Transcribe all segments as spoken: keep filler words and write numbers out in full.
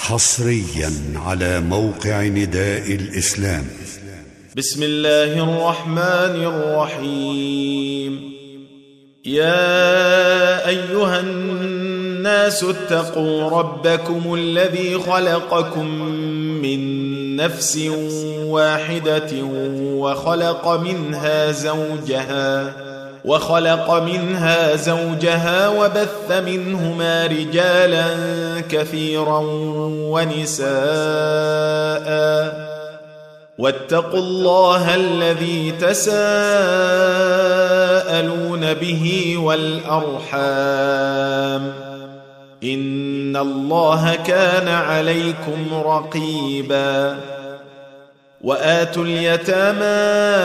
حصريا على موقع نداء الإسلام. بسم الله الرحمن الرحيم. يا أيها الناس اتقوا ربكم الذي خلقكم من نفس واحدة وخلق منها زوجها وخلق منها زوجها وبث منهما رجالا كثيرا ونساء واتقوا الله الذي تساءلون به والأرحام إن الله كان عليكم رقيبا. وآتوا اليتامى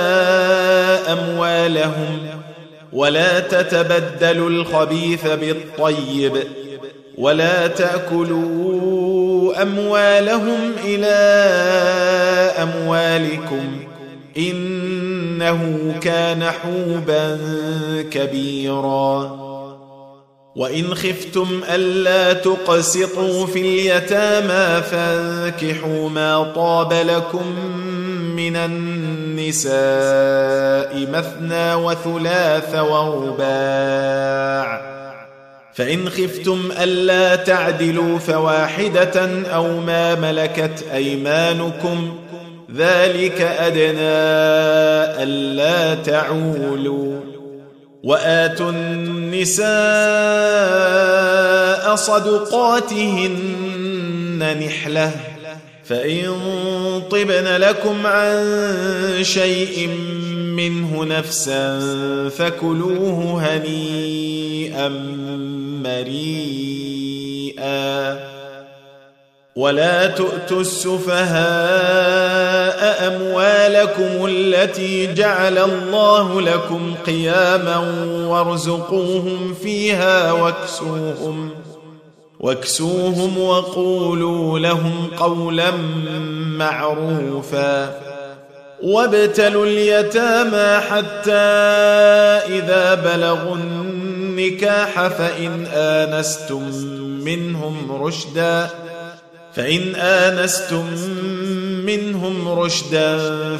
أموالهم ولا تتبدلوا الخبيث بالطيب ولا تأكلوا أموالهم إلى أموالكم إنه كان حوبا كبيرا. وإن خفتم ألا تقسطوا في اليتامى فانكحوا ما طاب لكم من النساء مثنى وثلاث ورباع، فإن خفتم ألا تعدلوا فواحدة أو ما ملكت أيمانكم ذلك أدنى ألا تعولوا. وآتوا النساء صدقاتهن نحلة فإن طبن لكم عن شيء منه نفسا فكلوه هنيئا مريئا. ولا تؤتوا السفهاء أموالكم التي جعل الله لكم قياما وارزقوهم فيها واكسوهم واكسوهم وقولوا لهم قولا معروفا. وابتلوا اليتامى حتى إذا بلغوا النكاح فإن آنستم منهم رشدا فإن آنستم منهم رشدا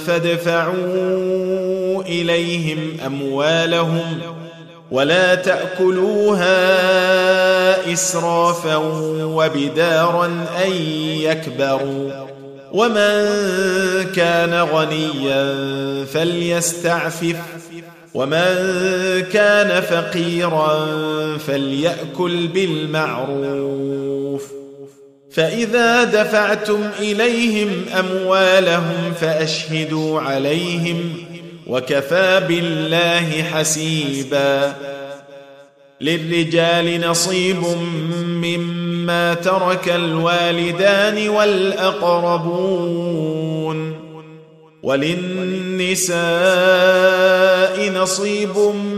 فادفعوا إليهم أموالهم ولا تأكلوها إسرافا وبدارا أن يكبروا. ومن كان غنيا فليستعفف ومن كان فقيرا فليأكل بالمعروف. فإذا دفعتم إليهم أموالهم فأشهدوا عليهم وكفى بالله حسيبا. للرجال نصيب مما ترك الوالدان والأقربون وللنساء نصيب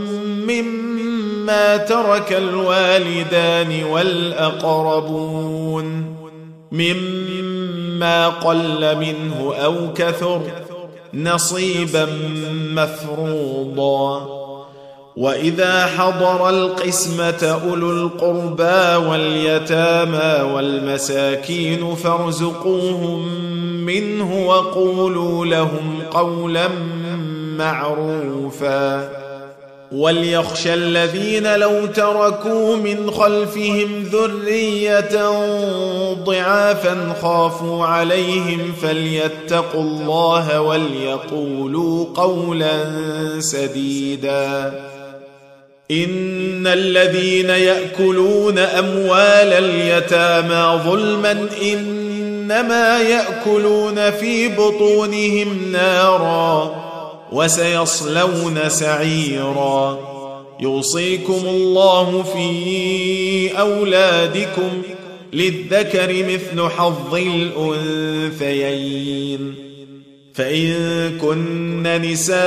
مما ترك الوالدان والأقربون مما قل منه أو كثر نصيبا مفروضا. وإذا حضر القسمة أولو القربى واليتامى والمساكين فارزقوهم منه وقولوا لهم قولا معروفا. وليخشى الذين لو تركوا من خلفهم ذرية ضعافا خافوا عليهم فليتقوا الله وليقولوا قولا سديدا. إن الذين يأكلون أموال اليتامى ظلما إنما يأكلون في بطونهم نارا وسيصلون سعيرا. يوصيكم الله في أولادكم للذكر مثل حظ الأنثيين. فإن كن نساء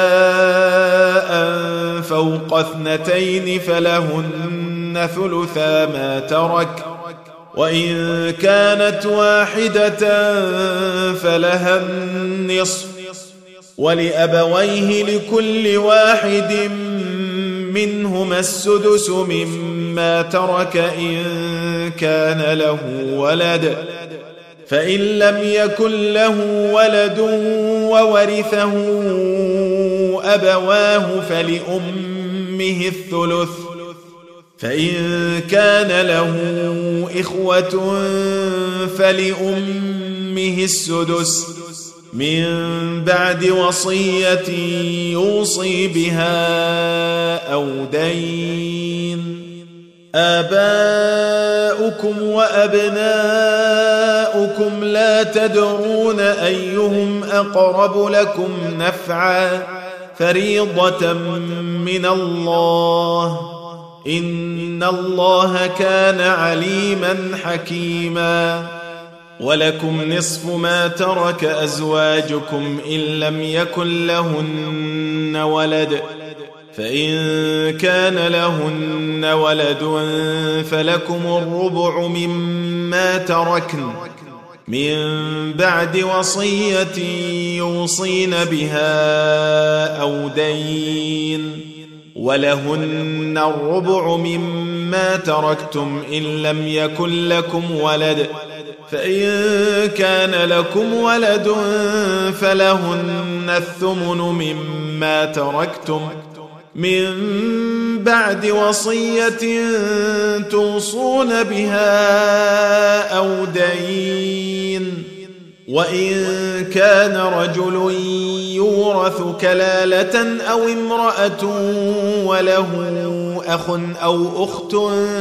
فوق اثنتين فلهن ثلثا ما ترك وإن كانت واحدة فلها النصف ولأبويه لكل واحد منهما السدس مما ترك إن كان له ولد، فإن لم يكن له ولد وورثه أبواه فلأمه الثلث، فإن كان له إخوة فلأمه السدس من بعد وصية يوصي بها أو دين. آباؤكم وأبناؤكم لا تدرون أيهم أقرب لكم نفعا، فريضة من الله، إن الله كان عليما حكيما. ولكم نصف ما ترك أزواجكم إن لم يكن لهن ولد، فإن كان لهن ولد فلكم الربع مما تركن من بعد وصية يوصين بها أو دين، ولهن الربع مما تركتم إن لم يكن لكم ولد، فإن كان لكم ولد فلهن الثمن مما تركتم من بعد وصية توصون بها أو دين. وإن كان رجل يورث كلالة أو امرأة وله أخ أو أخت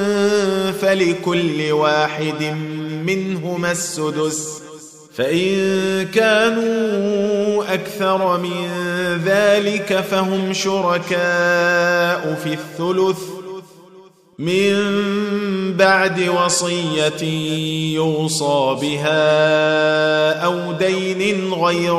فلكل واحد منهما السدس، فإن كانوا أكثر من ذلك فهم شركاء في الثلث من بعد وصية يوصى بها أو دين غير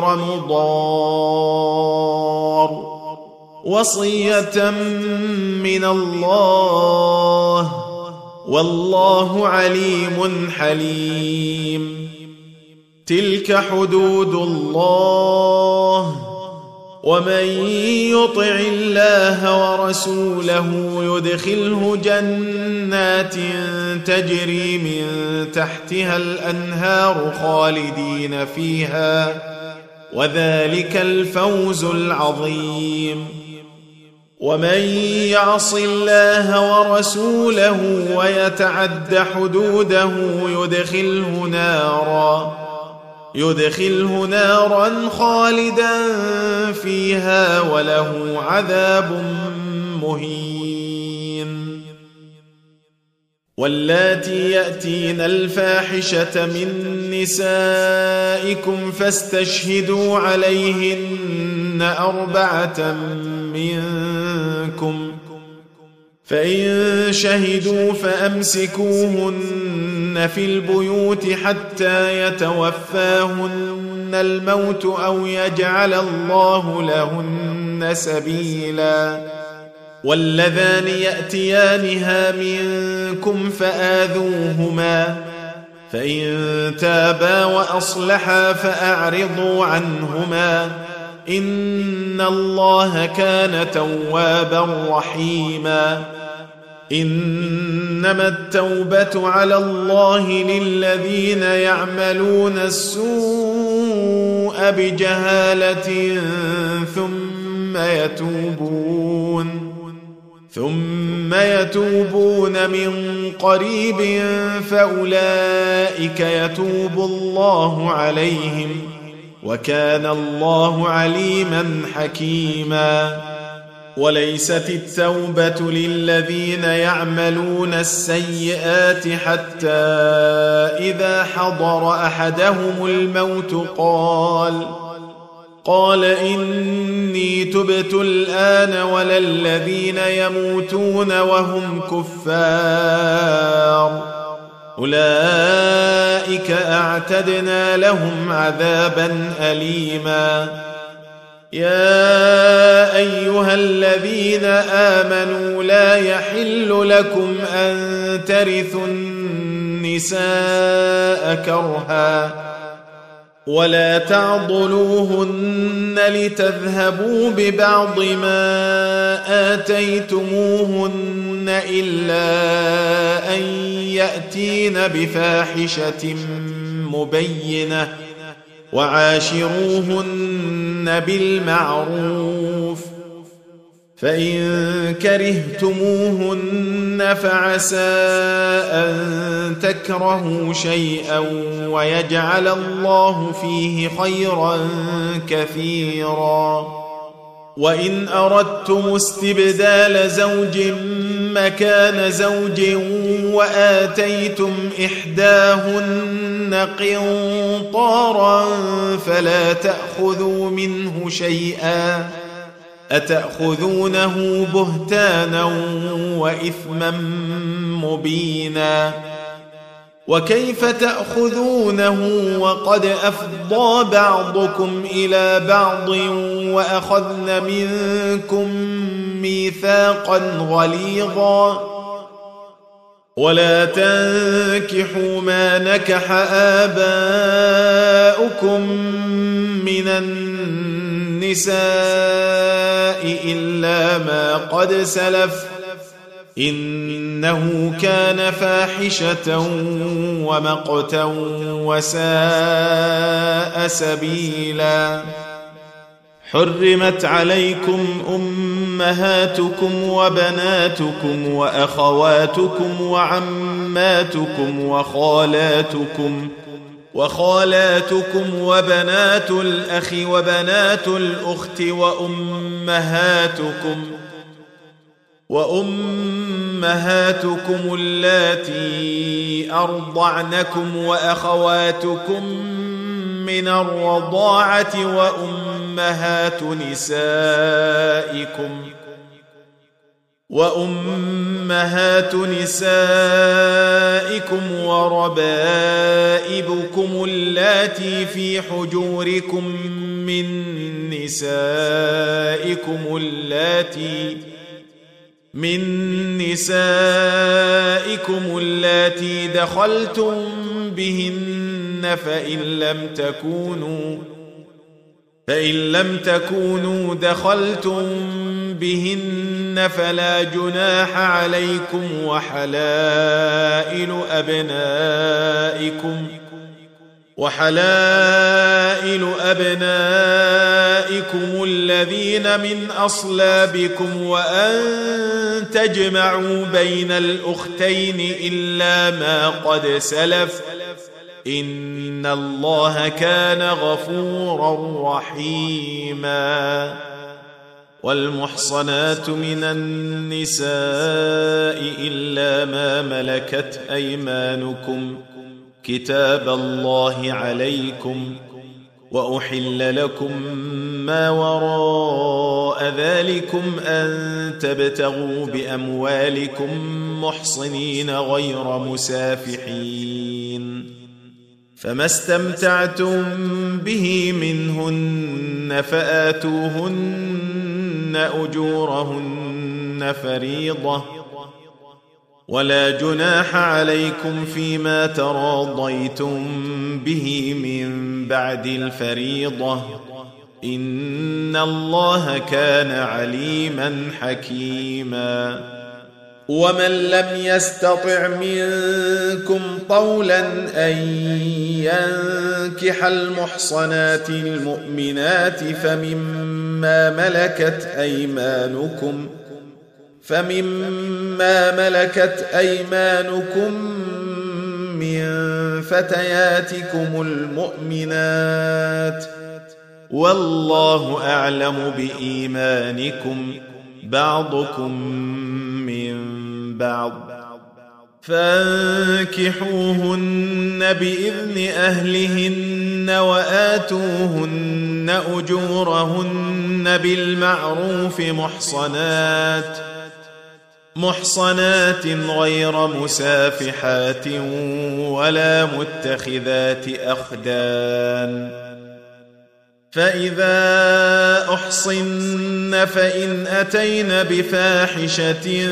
مضار، وصية من الله، والله عليم حليم. تلك حدود الله، ومن يطع الله ورسوله يدخله جنات تجري من تحتها الأنهار خالدين فيها، وذلك الفوز العظيم. ومن يعص الله ورسوله ويتعد حدوده يدخله نارا يدخله نارا خالدا فيها وله عذاب مهين. واللاتي يأتين الفاحشة من نسائكم فاستشهدوا عليهن أربعة منكم، فإن شهدوا فأمسكوهن في البيوت حتى يتوفاهن الموت أو يجعل الله لهن سبيلا. واللذان يأتيانها منكم فآذوهما، فإن تابا وأصلحا فأعرضوا عنهما، إن الله كان توابا رحيما. إنما التوبة على الله للذين يعملون السوء بجهالة ثم يتوبون ثم يتوبون من قريب فأولئك يتوب الله عليهم، وكان الله عليما حكيما. وليست التوبة للذين يعملون السيئات حتى إذا حضر أحدهم الموت قال قال إني تبت الآن، ولا الذين يموتون وهم كفار، أولئك أعتدنا لهم عذابا أليما. يا أيها الذين آمنوا لا يحل لكم أن ترثوا النساء كرها ولا تعضلوهن لتذهبوا ببعض ما آتيتموهن إلا أن يأتين بفاحشة مبينة وعاشروهن بالمعروف فإن كرهتموهن فعسى أن تكرهوا شيئا ويجعل الله فيه خيرا كثيرا وإن أردتم استبدال زوج مكان زوج وآتيتم إحداهن قنطارا فلا تأخذوا منه شيئا أتأخذونه بهتانا وإثما مبينا وكيف تأخذونه وقد أفضى بعضكم إلى بعض وأخذن منكم ميثاقا غليظا ولا تنكحوا ما نكح آباؤكم من النساء إلا ما قد سلف إنه كان فاحشة ومقتا وساء سبيلا حرمت عليكم أمهاتكم وبناتكم وأخواتكم وعماتكم وخالاتكم وخالاتكم وبنات الأخ وبنات الأخت وأمهاتكم وأمهاتكم اللاتي أرضعنكم وأخواتكم من الرضاعة وأمهات نسائكم وأمهات نسائكم وربائبكم اللاتي في حجوركم من نسائكم اللاتي من نسائكم اللاتي دخلتم بهن فإن لم تكونوا فإن لم تكونوا دخلتم بهن فلا جناح عليكم وحلائل أبنائكم وحلائل أبنائكم الذين من أصلابكم وأن تجمعوا بين الأختين إلا ما قد سلف إن الله كان غفورا رحيما والمحصنات من النساء إلا ما ملكت أيمانكم كتاب الله عليكم وأحل لكم ما وراء ذلكم أن تبتغوا بأموالكم محصنين غير مسافحين فما استمتعتم به منهن فآتوهن أجورهن فريضة ولا جناح عليكم فيما تراضيتم به من بعد الفريضة إن الله كان عليما حكيما ومن لم يستطع منكم طولا أن ينكح المحصنات المؤمنات فمما ملكت أيمانكم فمما ملكت أيمانكم من فتياتكم المؤمنات والله أعلم بإيمانكم بعضكم من بعض فانكحوهن بإذن أهلهن وآتوهن أجورهن بالمعروف محصنات محصنات غير مسافحات ولا متخذات أخدان فإذا أحصن فإن أتين بفاحشة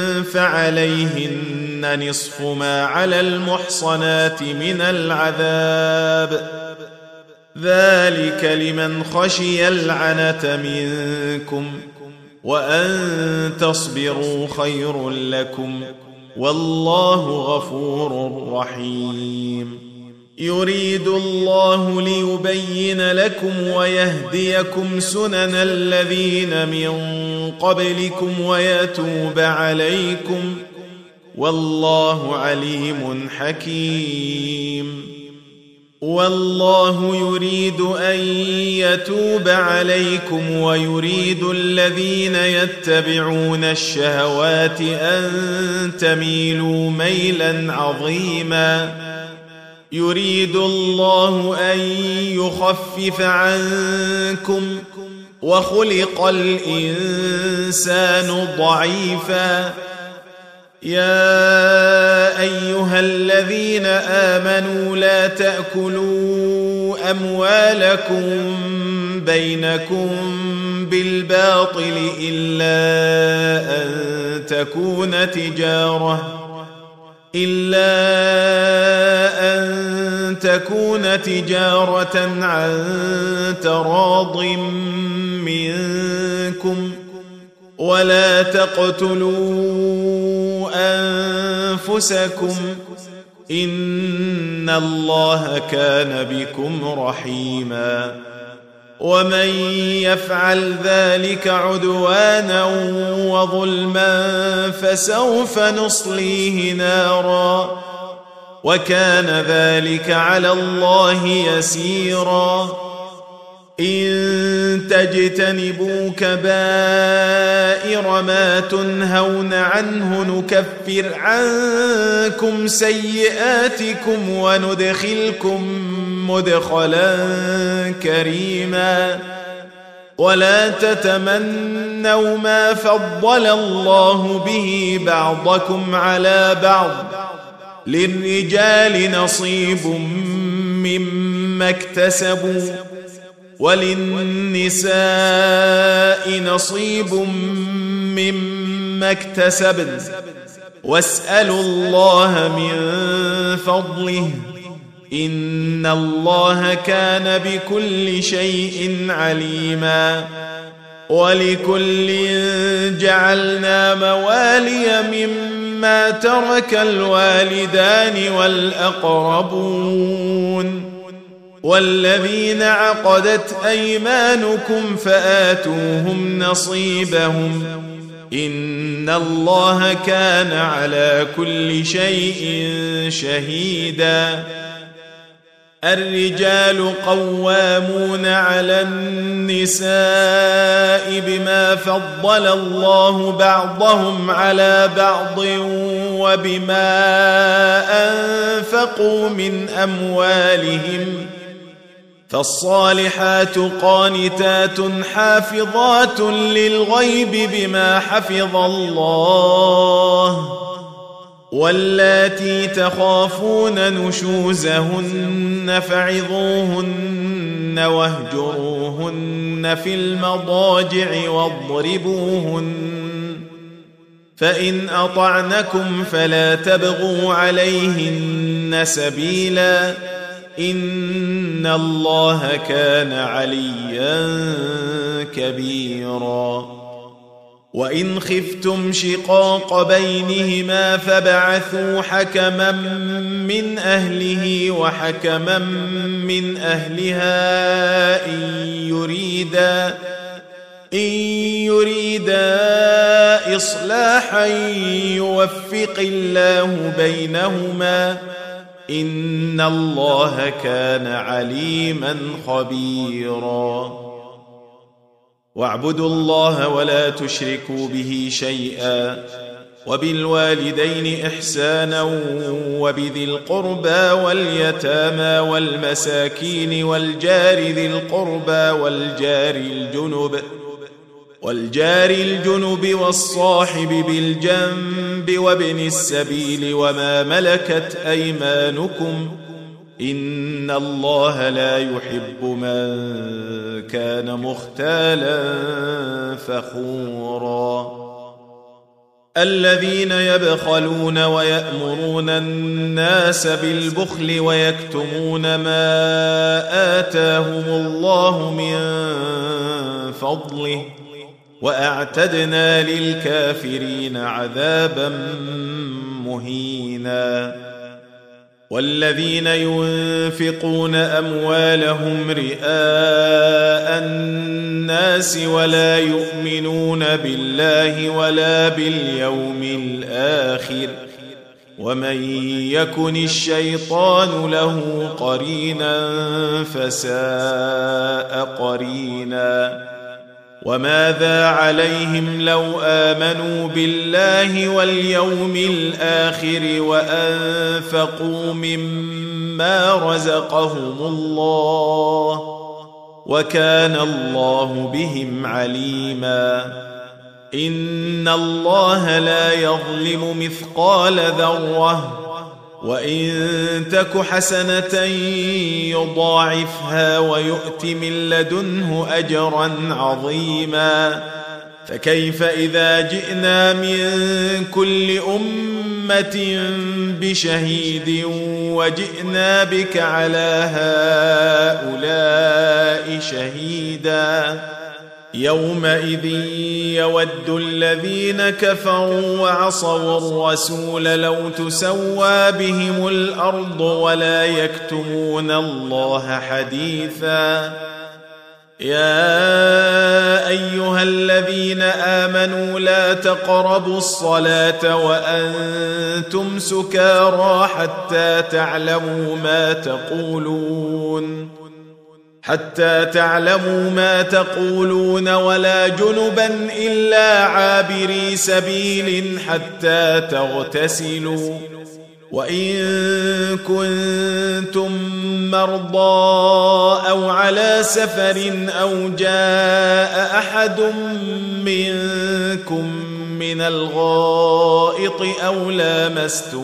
فعليهن نصف ما على المحصنات من العذاب ذلك لمن خشي العنة منكم وأن تصبروا خير لكم والله غفور رحيم يريد الله ليبين لكم ويهديكم سنن الذين من قبلكم ويتوب عليكم والله عليم حكيم والله يريد أن يتوب عليكم ويريد الذين يتبعون الشهوات أن تميلوا ميلا عظيما يريد الله أن يخفف عنكم وخلق الإنسان ضعيفا يا أيها الذين آمنوا لا تأكلوا أموالكم بينكم بالباطل إلا أن تكون تجارة إلا أن تكون تجارة عن تراض منكم ولا تقتلوا أنفسكم إن الله كان بكم رحيما ومن يفعل ذلك عدوانا وظلما فسوف نصليه نارا وكان ذلك على الله يسيرا إن تجتنبوا كبائر ما تنهون عنه نكفر عنكم سيئاتكم وندخلكم مدخلا كريما ولا تتمنوا ما فضل الله به بعضكم على بعض للرجال نصيب مما اكتسبوا وللنساء نصيب مما اكتسبن واسألوا الله من فضله إن الله كان بكل شيء عليما ولكل جعلنا موالي مما ترك الوالدان والأقربون والذين عقدت أيمانكم فآتوهم نصيبهم إن الله كان على كل شيء شهيدا الرجال قوامون على النساء بما فضل الله بعضهم على بعض وبما أنفقوا من أموالهم فالصالحات قانتات حافظات للغيب بما حفظ الله واللاتي تخافون نشوزهن فعظوهن واهجروهن في المضاجع واضربوهن فإن أطعنكم فلا تبغوا عليهن سبيلا إن الله كان عليا كبيرا وإن خفتم شقاق بينهما فبعثوا حكما من أهله وحكما من أهلها إن يريدا إن يريدا إصلاحا يوفق الله بينهما إن الله كان عليما خبيرا واعبدوا الله ولا تشركوا به شيئا وبالوالدين إحسانا وبذي القربى واليتامى والمساكين والجار ذي القربى والجار الجنب والجار الجنب والصاحب بالجنب وابن السبيل وما ملكت أيمانكم إن الله لا يحب من كان مختالا فخورا الذين يبخلون ويأمرون الناس بالبخل ويكتمون ما آتاهم الله من فضله وأعتدنا للكافرين عذابا مهينا. والذين ينفقون أموالهم رئاء الناس ولا يؤمنون بالله ولا باليوم الآخر ومن يكن الشيطان له قرينا فساء قرينا. وماذا عليهم لو آمنوا بالله واليوم الآخر وأنفقوا مما رزقهم الله وكان الله بهم عليما. إن الله لا يظلم مثقال ذرة وإن تك حسنة يضاعفها ويؤت من لدنه أجرا عظيما. فكيف إذا جئنا من كل أمة بشهيد وجئنا بك على هؤلاء شهيدا. يومئذ يود الذين كفروا وعصوا الرسول لو تسوى بهم الأرض ولا يكتمون الله حديثا. يا أيها الذين آمنوا لا تقربوا الصلاة وأنتم سكارى حتى تعلموا ما تقولون حتى تعلموا ما تقولون ولا جنبا إلا عابري سبيل حتى تغتسلوا. وإن كنتم مرضى أو على سفر أو جاء أحد منكم من الغائط أو لامستم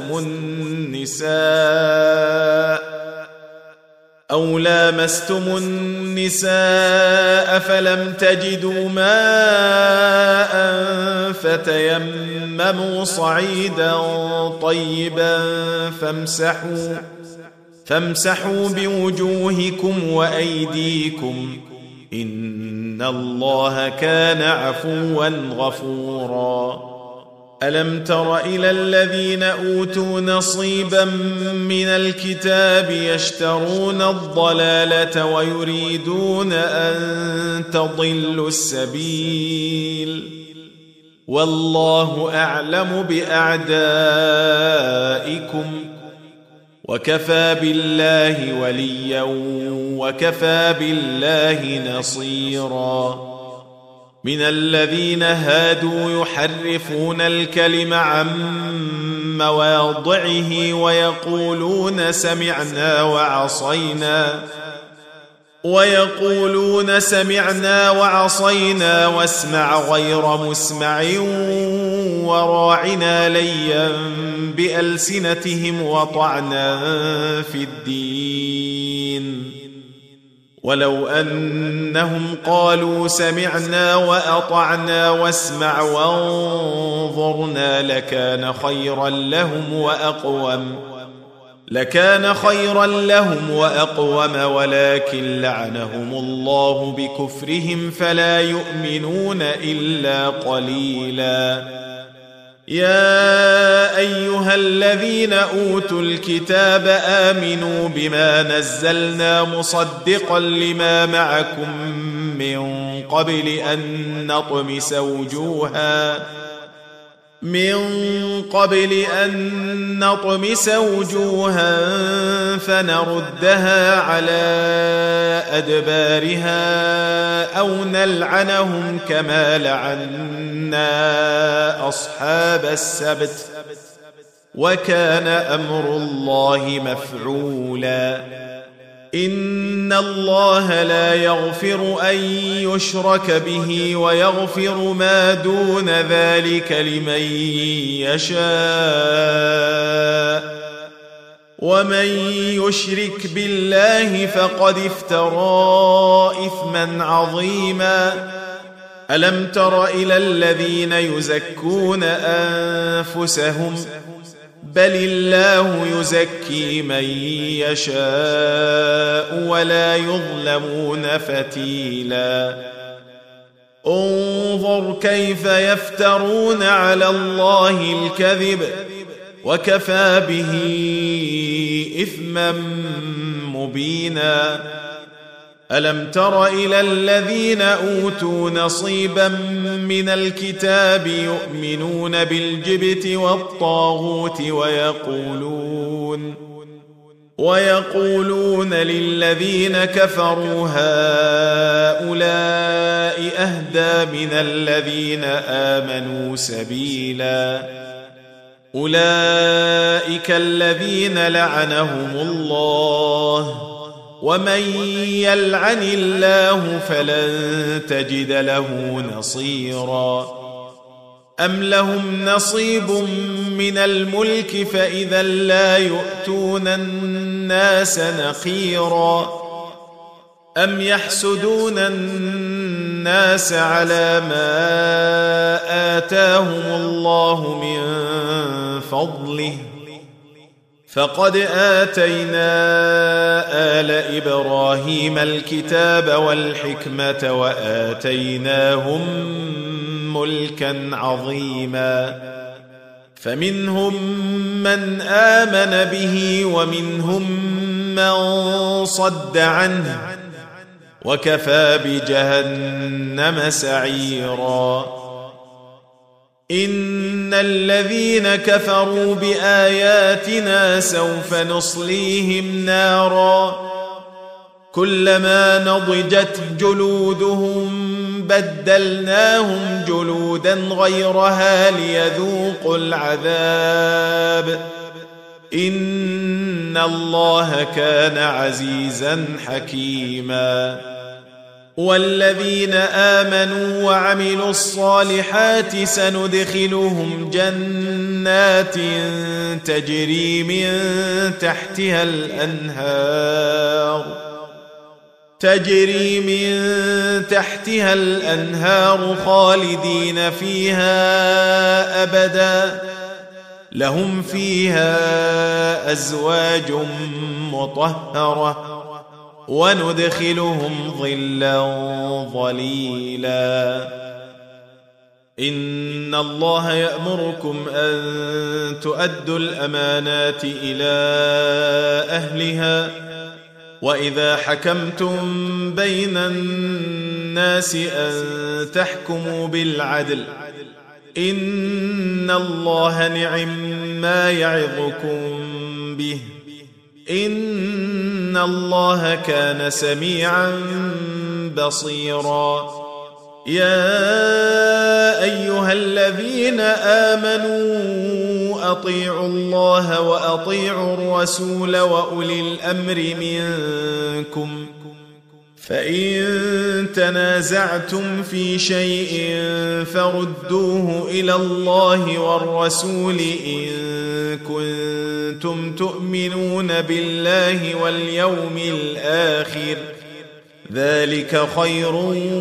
النساء أو لامستم النساء فلم تجدوا ماء فتيمموا صعيدا طيبا فامسحوا فامسحوا بوجوهكم وأيديكم إن الله كان عفوا غفورا. ألم تر إلى الذين أوتوا نصيبا من الكتاب يشترون الضلالة ويريدون أن تضلوا السبيل والله أعلم بأعدائكم وكفى بالله وليا وكفى بالله نصيرا. من الذين هادوا يحرفون الكلم عن مواضعه ويقولون سمعنا وعصينا ويقولون سمعنا وعصينا واسمع غير مسمع وراعنا ليا بألسنتهم وطعنا في الدين. ولو أنهم قالوا سمعنا وأطعنا واسمع وانظرنا لكان خيرا لهم وأقوم لكان خيرا لهم وأقوم ولكن لعنهم الله بكفرهم فلا يؤمنون إلا قليلا. يا أيها الذين أوتوا الكتاب آمنوا بما نزلنا مصدقا لما معكم من قبل أن نطمس وجوها من قبل أن نطمس وجوها فنردها على أدبارها أو نلعنهم كما لعنا أصحاب السبت وكان أمر الله مفعولا. إن الله لا يغفر أن يشرك به ويغفر ما دون ذلك لمن يشاء ومن يشرك بالله فقد افترى إثما عظيما. ألم تر إلى الذين يزكون أنفسهم بل الله يزكي من يشاء ولا يظلمون فتيلا انظر كيف يفترون على الله الكذب وكفى به إثما مبينا ألم تر إلى الذين أوتوا نصيبا من الكتاب يؤمنون بالجبت والطاغوت ويقولون ويقولون للذين كفروا هؤلاء أهدى من الذين آمنوا سبيلا أولئك الذين لعنهم الله ومن يلعن الله فلن تجد له نصيرا أم لهم نصيب من الملك فإذا لا يؤتون الناس نقيرا أم يحسدون الناس على ما آتاهم الله من فضله فقد آتينا آل إبراهيم الكتاب والحكمة وآتيناهم ملكا عظيما فمنهم من آمن به ومنهم من صد عنه وكفى بجهنم سعيرا إن الذين كفروا بآياتنا سوف نصليهم نارا كلما نضجت جلودهم بدلناهم جلودا غيرها ليذوقوا العذاب إن الله كان عزيزا حكيما والذين آمنوا وعملوا الصالحات سندخلهم جنات تجري من تحتها الأنهار تجري من تحتها الأنهار خالدين فيها أبدا لهم فيها أزواج مطهرة وندخلهم ظلا ظليلا إن الله يأمركم أن تؤدوا الأمانات إلى أهلها وإذا حكمتم بين الناس أن تحكموا بالعدل إن الله نعم ما يعظكم به إن الله كان سميعا بصيرا يا أيها الذين آمنوا أطيعوا الله وأطيعوا الرسول وأولي الأمر منكم فإن تنازعتم في شيء فردوه إلى الله والرسول إن كنتم تؤمنون بالله واليوم الآخر ذلك خير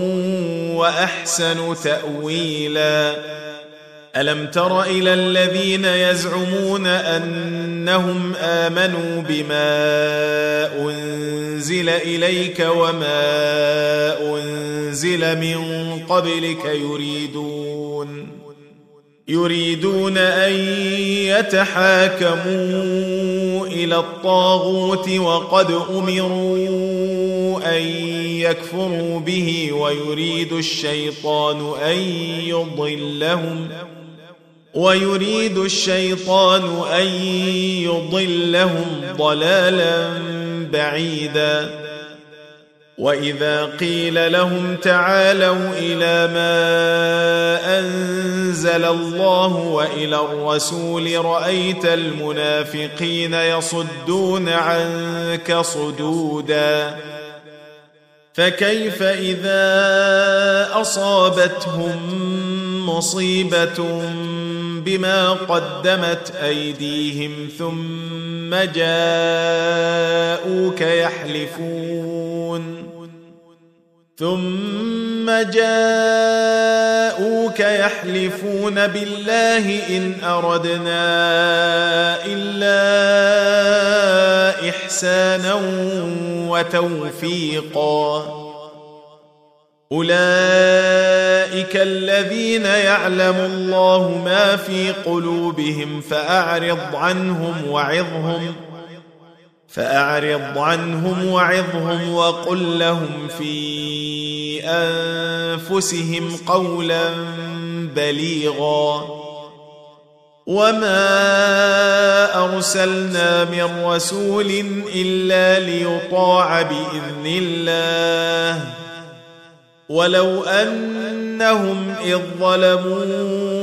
وأحسن تأويلا ألم تر إلى الذين يزعمون أنهم آمنوا بما أنزل إليك وما أنزل من قبلك يريدون يريدون أن يتحاكموا إلى الطاغوت وقد أمروا أن يكفروا به ويريد الشيطان أن يضلهم ويريد الشيطان أن يضلهم ضلالا بعيدا وإذا قيل لهم تعالوا إلى ما أنزل الله وإلى الرسول رأيت المنافقين يصدون عنك صدودا فكيف إذا أصابتهم مصيبة بما قدمت أيديهم ثم جاءوك يحلفون ثم جاءوك يحلفون بالله إن أردنا إلا إحسانا وتوفيقا أولئك الذين يعلم الله ما في قلوبهم فأعرض عنهم وعظهم فأعرض عنهم وعظهم وقل لهم في أنفسهم قولا بليغا وما أرسلنا من رسول إلا ليطاع بإذن الله ولو أنهم إذ ظلموا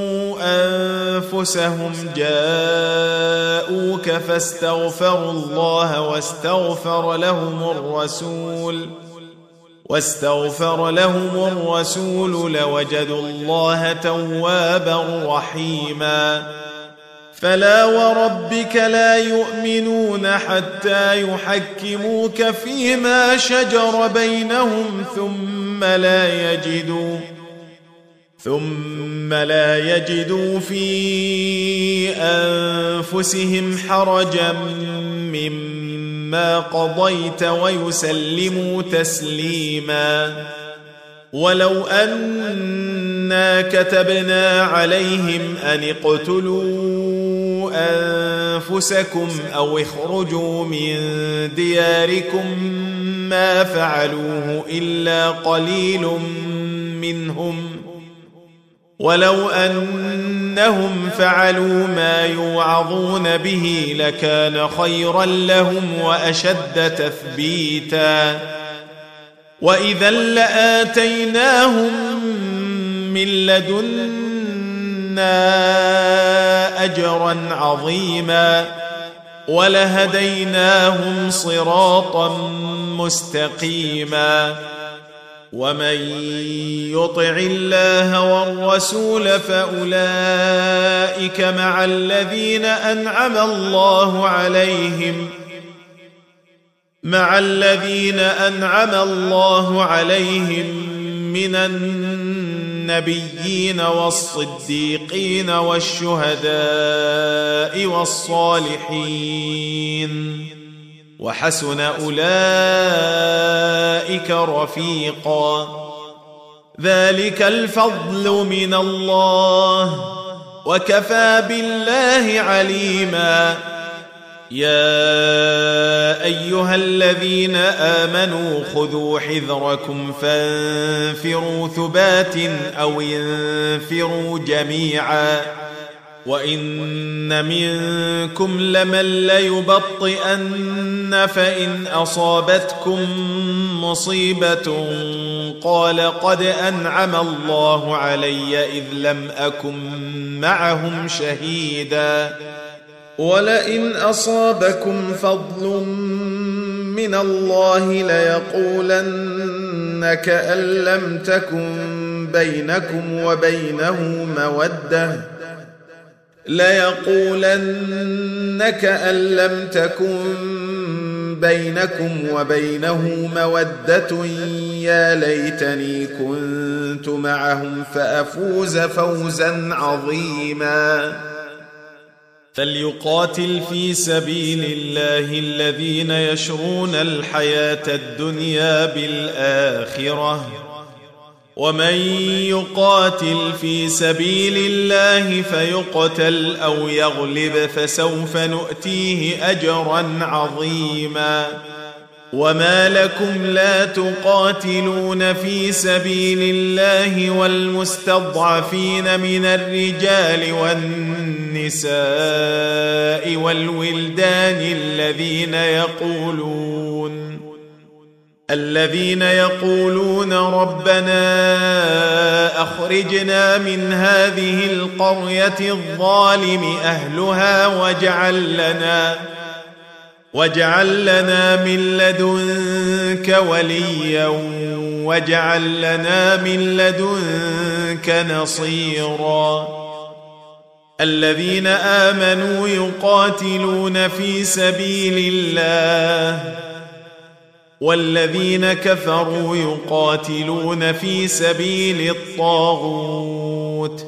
أنفسهم جاءوك فاستغفروا الله واستغفر لهم الرسول واستغفر لهم الرسول لوجدوا الله توابا رحيما فلا وربك لا يؤمنون حتى يحكموك فيما شجر بينهم ثم لا يجدوا ثم لا يجدوا في أنفسهم حرجا مما قضيت ويسلموا تسليما ولو أنا كتبنا عليهم أن اقتلوا أنفسكم أو اخرجوا من دياركم ما فعلوه إلا قليل منهم ولو أنهم فعلوا ما يوعظون به لكان خيرا لهم وأشد تثبيتا وإذا لآتيناهم من لدنا أجرا عظيما ولهديناهم صراطا مستقيما ومن يطع الله والرسول فأولئك مع الذين أنعم الله عليهم مع الذين أنعم الله عليهم من النبيين والصديقين والشهداء والصالحين وحسن أولئك رفيقا ذلك الفضل من الله وكفى بالله عليما يا أيها الذين آمنوا خذوا حذركم فانفروا ثبات أو انفروا جميعا وإن منكم لمن ليبطئن فإن أصابتكم مصيبة قال قد أنعم الله علي إذ لم أكن معهم شهيدا ولئن أصابكم فضل من الله ليقولن كأن لم تكن بينكم وبينه مودة ليقولن كأن لم تكن بينكم وبينه مودة يا ليتني كنت معهم فأفوز فوزا عظيما فليقاتل في سبيل الله الذين يشرون الحياة الدنيا بالآخرة ومن يقاتل في سبيل الله فيقتل أو يغلب فسوف نؤتيه أجرا عظيما وما لكم لا تقاتلون في سبيل الله والمستضعفين من الرجال والنساء والولدان الذين يقولون الذين يقولون ربنا أخرجنا من هذه القرية الظالم أهلها واجعل لنا واجعل لنا من لدنك وليا واجعل لنا من لدنك نصيرا الذين آمنوا يقاتلون في سبيل الله والذين كفروا يقاتلون في سبيل الطاغوت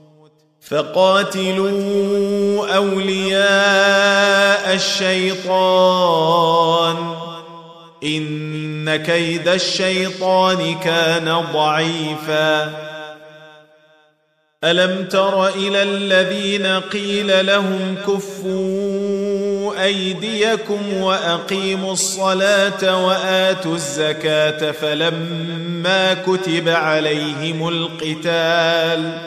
فقاتلوا أولياء الشيطان إن كيد الشيطان كان ضعيفا ألم تر إلى الذين قيل لهم كفوا أيديكم وأقيموا الصلاة وآتوا الزكاة فلما كتب عليهم القتال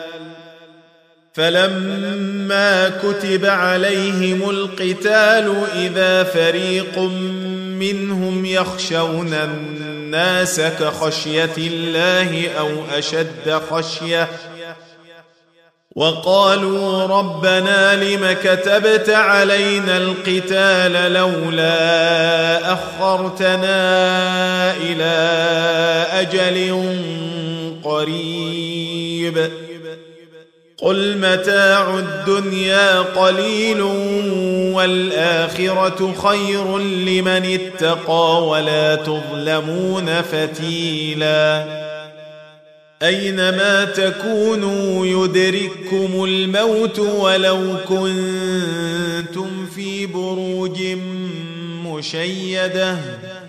فلما كتب عليهم القتال إذا فريق منهم يخشون الناس كخشية الله أو أشد خشية وقالوا ربنا لم كتبت علينا القتال لولا أخرتنا إلى أجل قريب قل متاع الدنيا قليل والآخرة خير لمن اتقى ولا تظلمون فتيلا أينما تكونوا يدرككم الموت ولو كنتم في بروج مشيدة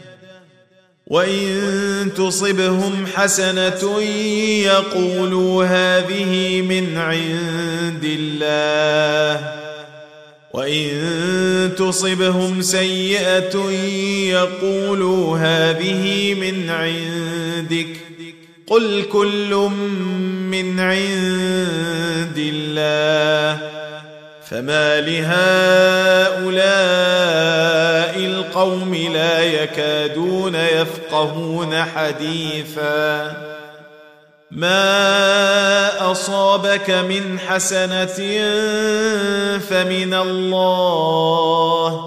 وإن تصبهم حسنة يقولوا هذه من عند الله وإن تصبهم سيئة يقولوا هذه من عندك قل كل من عند الله فما لهؤلاء القوم لا يكادون يفقهون حديثا ما أصابك من حسنة فمن الله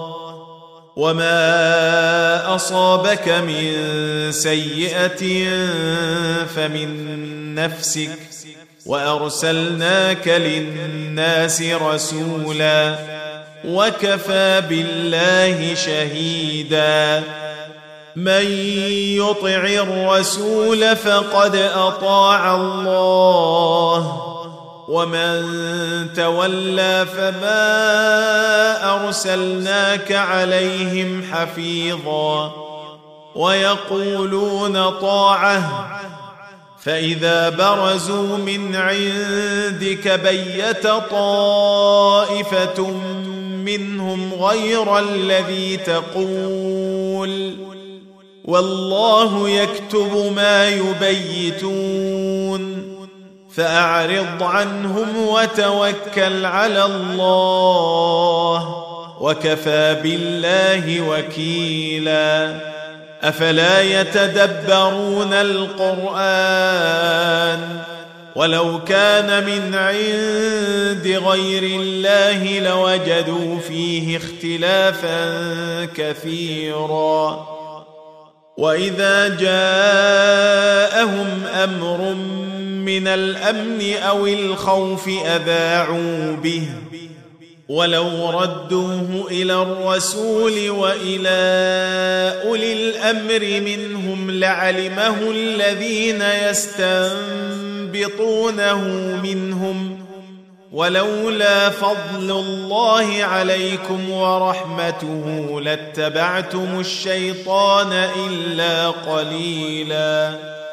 وما أصابك من سيئة فمن نفسك وأرسلناك للناس رسولا وكفى بالله شهيدا من يطع الرسول فقد أطاع الله ومن تولى فما أرسلناك عليهم حفيظا ويقولون طاعة فإذا برزوا من عندك بيت طائفة منهم غير الذي تقول والله يكتب ما يبيتون فأعرض عنهم وتوكل على الله وكفى بالله وكيلا أفلا يتدبرون القرآن ولو كان من عند غير الله لوجدوا فيه اختلافا كثيرا وإذا جاءهم أمر من الأمن أو الخوف أذاعوا به ولو ردوه إلى الرسول وإلى أولي الأمر منهم لعلمه الذين يستنبطونه منهم ولولا فضل الله عليكم ورحمته لاتبعتم الشيطان إلا قليلا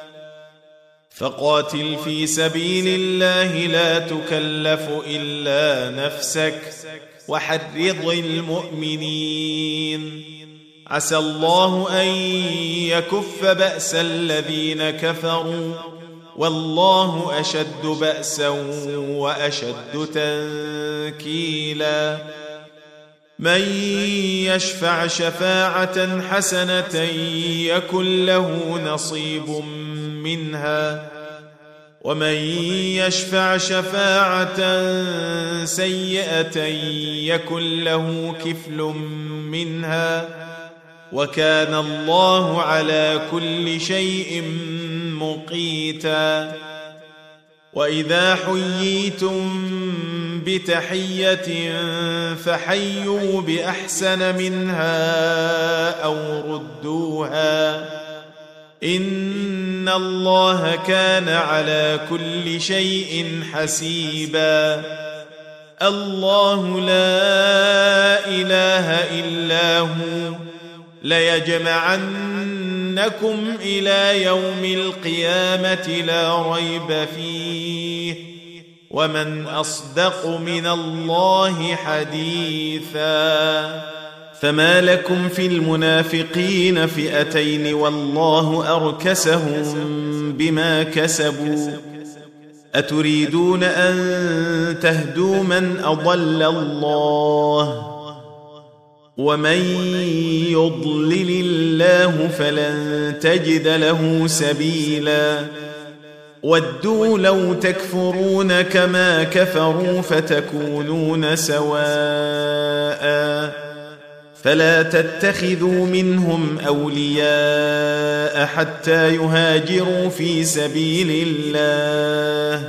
فقاتل في سبيل الله لا تكلف إلا نفسك وحرض المؤمنين عسى الله أن يكف بأس الذين كفروا والله أشد بأسا وأشد تنكيلا من يشفع شفاعة حسنة يكن له نصيب منها ومن يشفع شفاعة سيئة يكن له كفل منها وكان الله على كل شيء مقيتا وإذا حييتم بتحية فحيوا بأحسن منها أو ردوها إن الله كان على كل شيء حسيبا. الله لا إله إلا هو ليجمعنكم إلى يوم القيامة لا ريب فيه ومن أصدق من الله حديثا. فما لكم في المنافقين فئتين والله أركسهم بما كسبوا أتريدون أن تهدوا من أضل الله ومن يضلل الله فلن تجد له سبيلا. ودوا لو تكفرون كما كفروا فتكونون سواء فلا تتخذوا منهم أولياء حتى يهاجروا في سبيل الله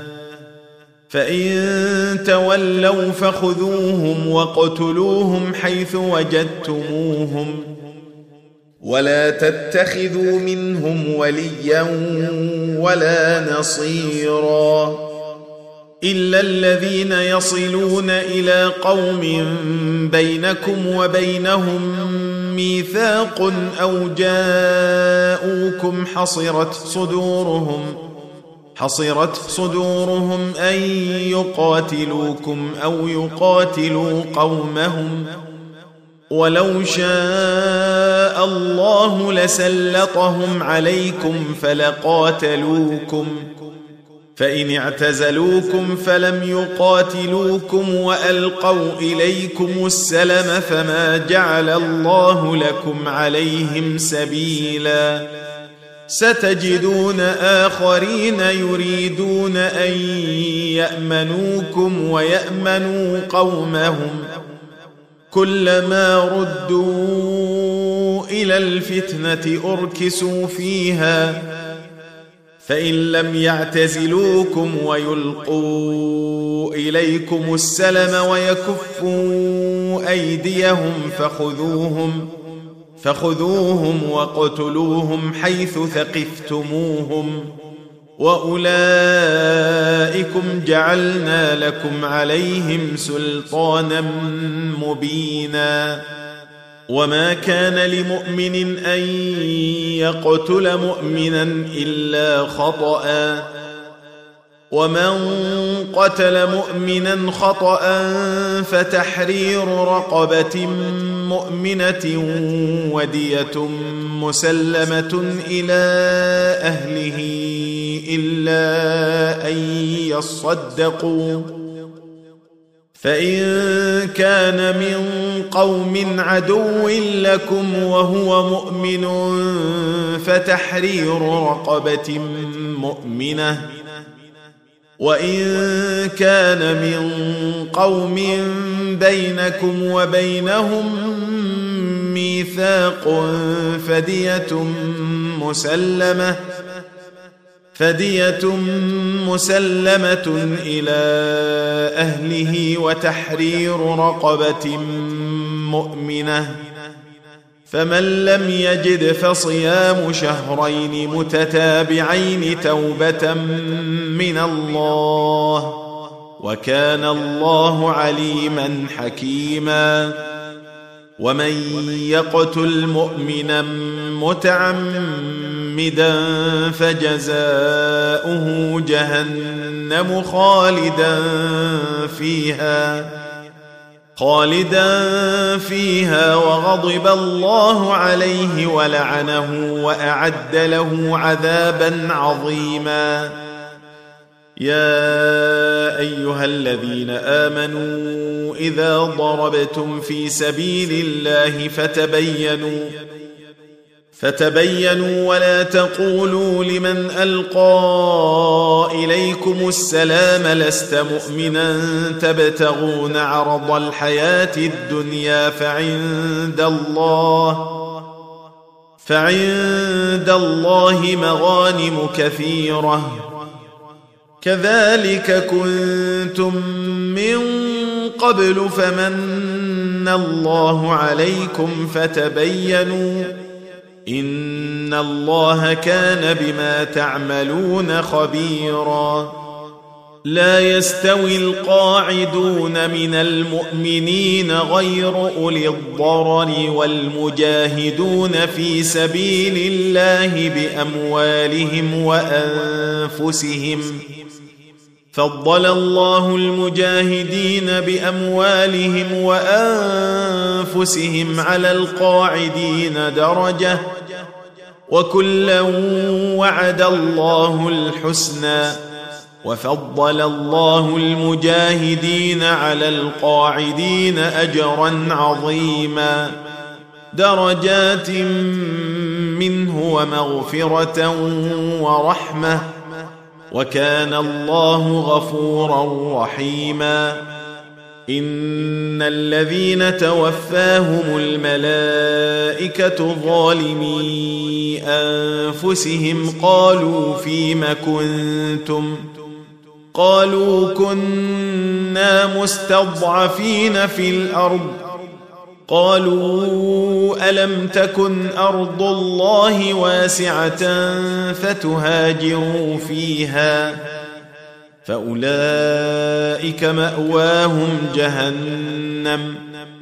فإن تولوا فخذوهم واقتلوهم حيث وجدتموهم ولا تتخذوا منهم وليا ولا نصيرا إلا الذين يصلون إلى قوم بينكم وبينهم ميثاق أو جاءوكم حصرت صدورهم حصرت صدورهم أن يقاتلوكم أو يقاتلوا قومهم ولو شاء الله لسلطهم عليكم فلقاتلوكم فإن اعتزلوكم فلم يقاتلوكم وألقوا إليكم السلم فما جعل الله لكم عليهم سبيلا. ستجدون آخرين يريدون أن يأمنوكم ويأمنوا قومهم كلما ردوا إلى الفتنة أركسوا فيها فإن لم يعتزلوكم ويلقوا إليكم السلم ويكفوا أيديهم فخذوهم فخذوهم واقتلوهم حيث ثقفتموهم وأولئكم جعلنا لكم عليهم سلطانا مبينا. وما كان لمؤمن أن يقتل مؤمنا إلا خطأ ومن قتل مؤمنا خطأ فتحرير رقبة مؤمنة ودية مسلمة إلى أهله إلا أن يصدقوا فإن كان من قوم عدو لكم وهو مؤمن فتحرير رقبة مؤمنة وإن كان من قوم بينكم وبينهم ميثاق فدية مسلمة فدية مسلمة إلى أهله وتحرير رقبة مؤمنة فمن لم يجد فصيام شهرين متتابعين توبة من الله وكان الله عليما حكيما. ومن يقتل مؤمنا متعمدا فجزاؤه جهنم خالدا فيها خالدا فيها وغضب الله عليه ولعنه وأعد له عذابا عظيما. يا أيها الذين آمنوا إذا ضربتم في سبيل الله فتبينوا فتبينوا ولا تقولوا لمن ألقى إليكم السلام لست مؤمنا تبتغون عرض الحياة الدنيا فعند الله فعند الله مغانم كثيرة كذلك كنتم من قبل فمن الله عليكم فتبينوا إن الله كان بما تعملون خبيرا. لا يستوي القاعدون من المؤمنين غير أولي الضرر والمجاهدون في سبيل الله بأموالهم وأنفسهم. فضل الله المجاهدين بأموالهم وأنفسهم على القاعدين درجة وكلا وعد الله الحسنى وفضل الله المجاهدين على القاعدين أجرا عظيما درجات منه ومغفرة ورحمة وكان الله غفورا رحيما. إن الذين توفاهم الملائكة ظالمي أنفسهم قالوا فيم كنتم قالوا كنا مستضعفين في الأرض قالوا ألم تكن أرض الله واسعة فتهاجروا فيها فأولئك مأواهم جهنم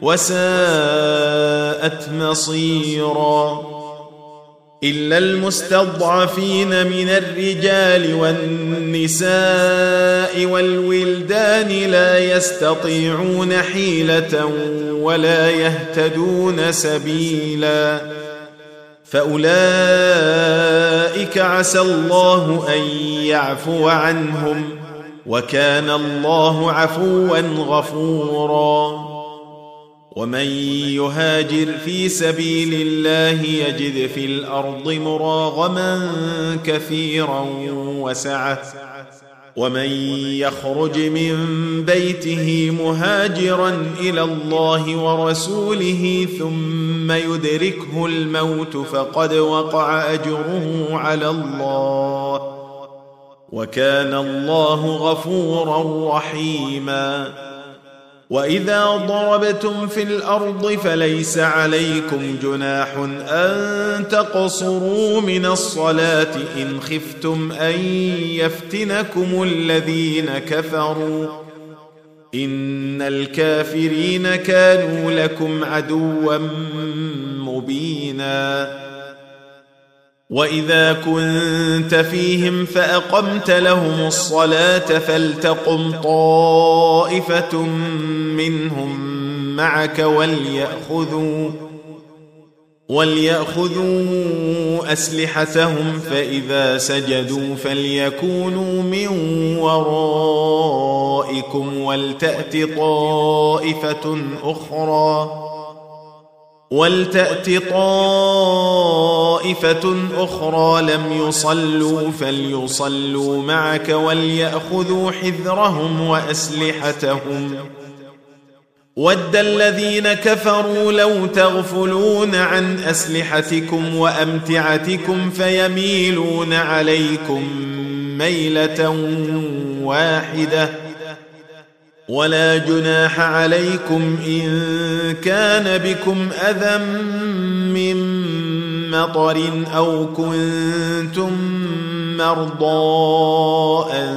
وساءت مصيرا. إلا المستضعفين من الرجال والنساء والولدان لا يستطيعون حيلة ولا يهتدون سبيلا فأولئك عسى الله أن يعفو عنهم وكان الله عفوا غفورا. ومن يهاجر في سبيل الله يجد في الأرض مراغما كثيرا وسعة ومن يخرج من بيته مهاجرا إلى الله ورسوله ثم يدركه الموت فقد وقع أجره على الله وكان الله غفورا رحيما. وإذا ضربتم في الأرض فليس عليكم جناح أن تقصروا من الصلاة إن خفتم أن يفتنكم الذين كفروا إن الكافرين كانوا لكم عدوا مبينا. وإذا كنت فيهم فأقمت لهم الصلاة فلتقم طائفة منهم معك وليأخذوا وليأخذوا أسلحتهم فإذا سجدوا فليكونوا من ورائكم ولتأت طائفة أخرى ولتأت طائفة أخرى لم يصلوا فليصلوا معك وليأخذوا حذرهم وأسلحتهم. ود الذين كفروا لو تغفلون عن أسلحتكم وأمتعتكم فيميلون عليكم ميلة واحدة ولا جناح عليكم إن كان بكم أذى من مطر أو كنتم مرضى أن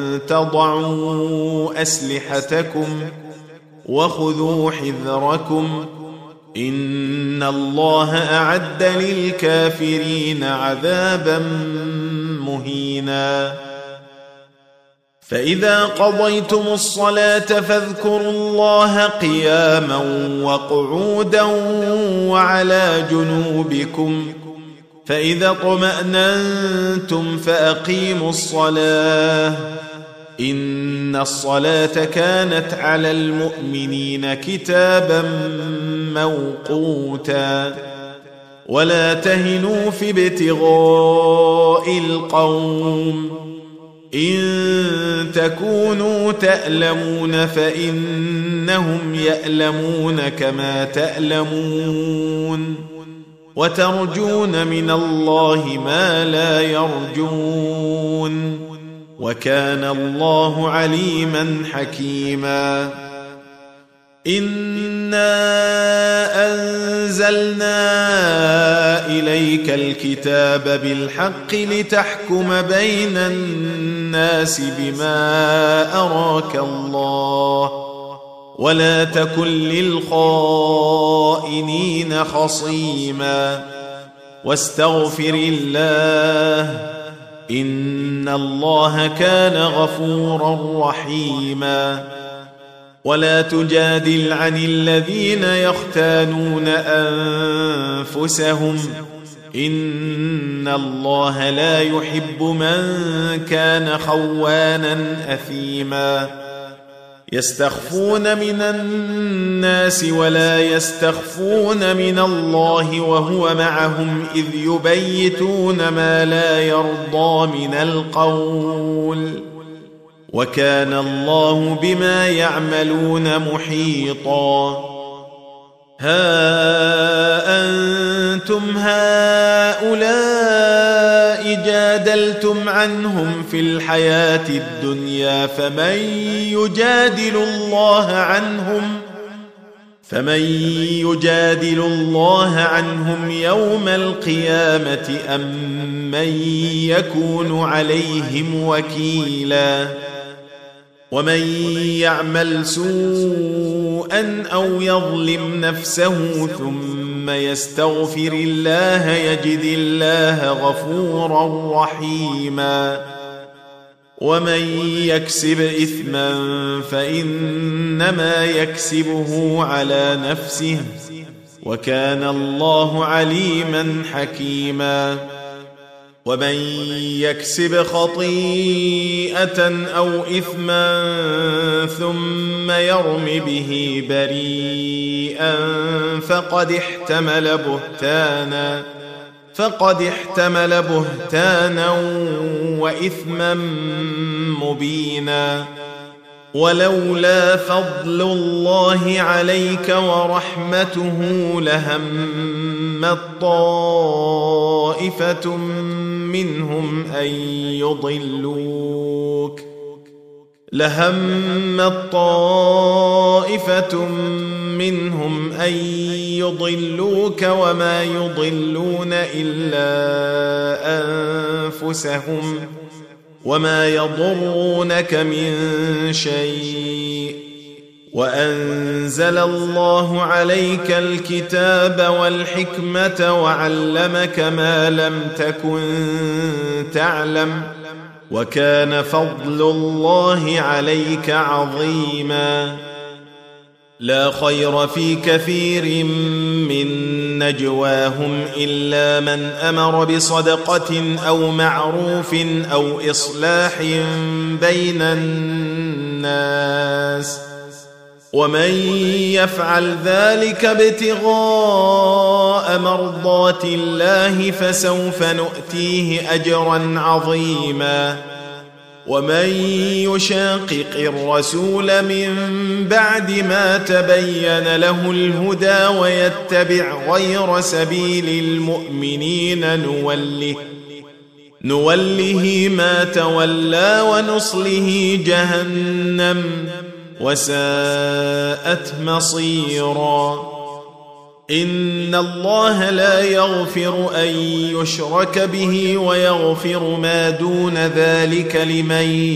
تضعوا أسلحتكم وخذوا حذركم إن الله أعد للكافرين عذابا مهينا. فإذا قضيتم الصلاة فاذكروا الله قياما وقعودا وعلى جنوبكم فإذا اطمأننتم فأقيموا الصلاة إن الصلاة كانت على المؤمنين كتابا موقوتا. ولا تهنوا في ابتغاء القوم إن تكونوا تألمون فإنهم يألمون كما تألمون وترجون من الله ما لا يرجون وكان الله عليما حكيما. إنا أنزلنا إليك الكتاب بالحق لتحكم بين الناس بما أراك الله ولا تكن للخائنين خصيما واستغفر الله إن الله كان غفورا رحيما. ولا تجادل عن الذين يختانون أنفسهم إن الله لا يحب من كان خوانا أثيما. يستخفون من الناس ولا يستخفون من الله وهو معهم إذ يبيتون ما لا يرضى من القول وكان الله بما يعملون محيطا. ها أنتم هؤلاء جادلتم عنهم في الحياة الدنيا فمن يجادل الله عنهم فمن يجادل الله عنهم يوم القيامة أم من يكون عليهم وكيلا. ومن يعمل سوءا أو يظلم نفسه ثم يستغفر الله يجد الله غفورا رحيما. ومن يكسب إثما فإنما يكسبه على نفسه وكان الله عليما حكيما. ومن يكسب خطيئة أو إثما ثم يرم به بريئا فقد احتمل بهتانا فقد احتمل بهتانا وإثما مبينا. ولولا فضل الله عليك ورحمته لهمت طائفة منهم أن يضلوك لهمت طائفة منهم أن يضلوك وما يضلون إلا أنفسهم وما يضرونك من شيء. وأنزل الله عليك الكتاب والحكمة وعلمك ما لم تكن تعلم وكان فضل الله عليك عظيما. لا خير في كثير من نجواهم إلا من أمر بصدقة أو معروف أو إصلاح بين الناس ومن يفعل ذلك ابتغاء مرضات الله فسوف نؤتيه أجرا عظيما. ومن يشاقق الرسول من بعد ما تبين له الهدى ويتبع غير سبيل المؤمنين نوله نوله ما تولى ونصله جهنم وساءت مصيرا. إن الله لا يغفر أن يشرك به ويغفر ما دون ذلك لمن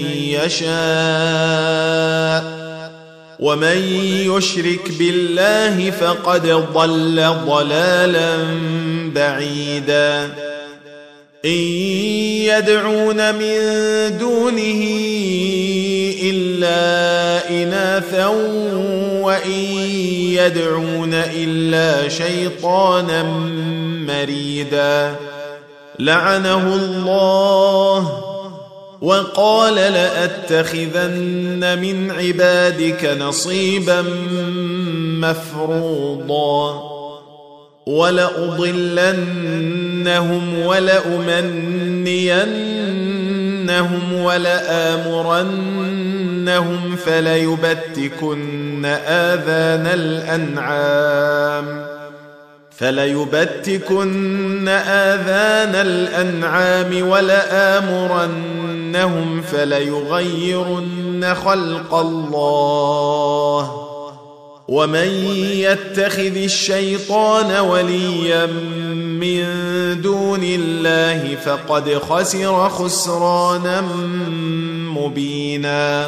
يشاء ومن يشرك بالله فقد ضل ضلالا بعيدا. إن يدعون من دونه إلا إناثا وإن يدعون إلا شيطانا مريدا لعنه الله وقال لأتخذن من عبادك نصيبا مفروضا ولأضلنهم ولأمنينهم ولآمرنهم فليبتكن آذان الأنعام فليبتكن آذان الأنعام ولآمرنهم يمسنهم فليغيرن خلق الله ومن يتخذ الشيطان وليا من دون الله فقد خسر خسرانا مبينا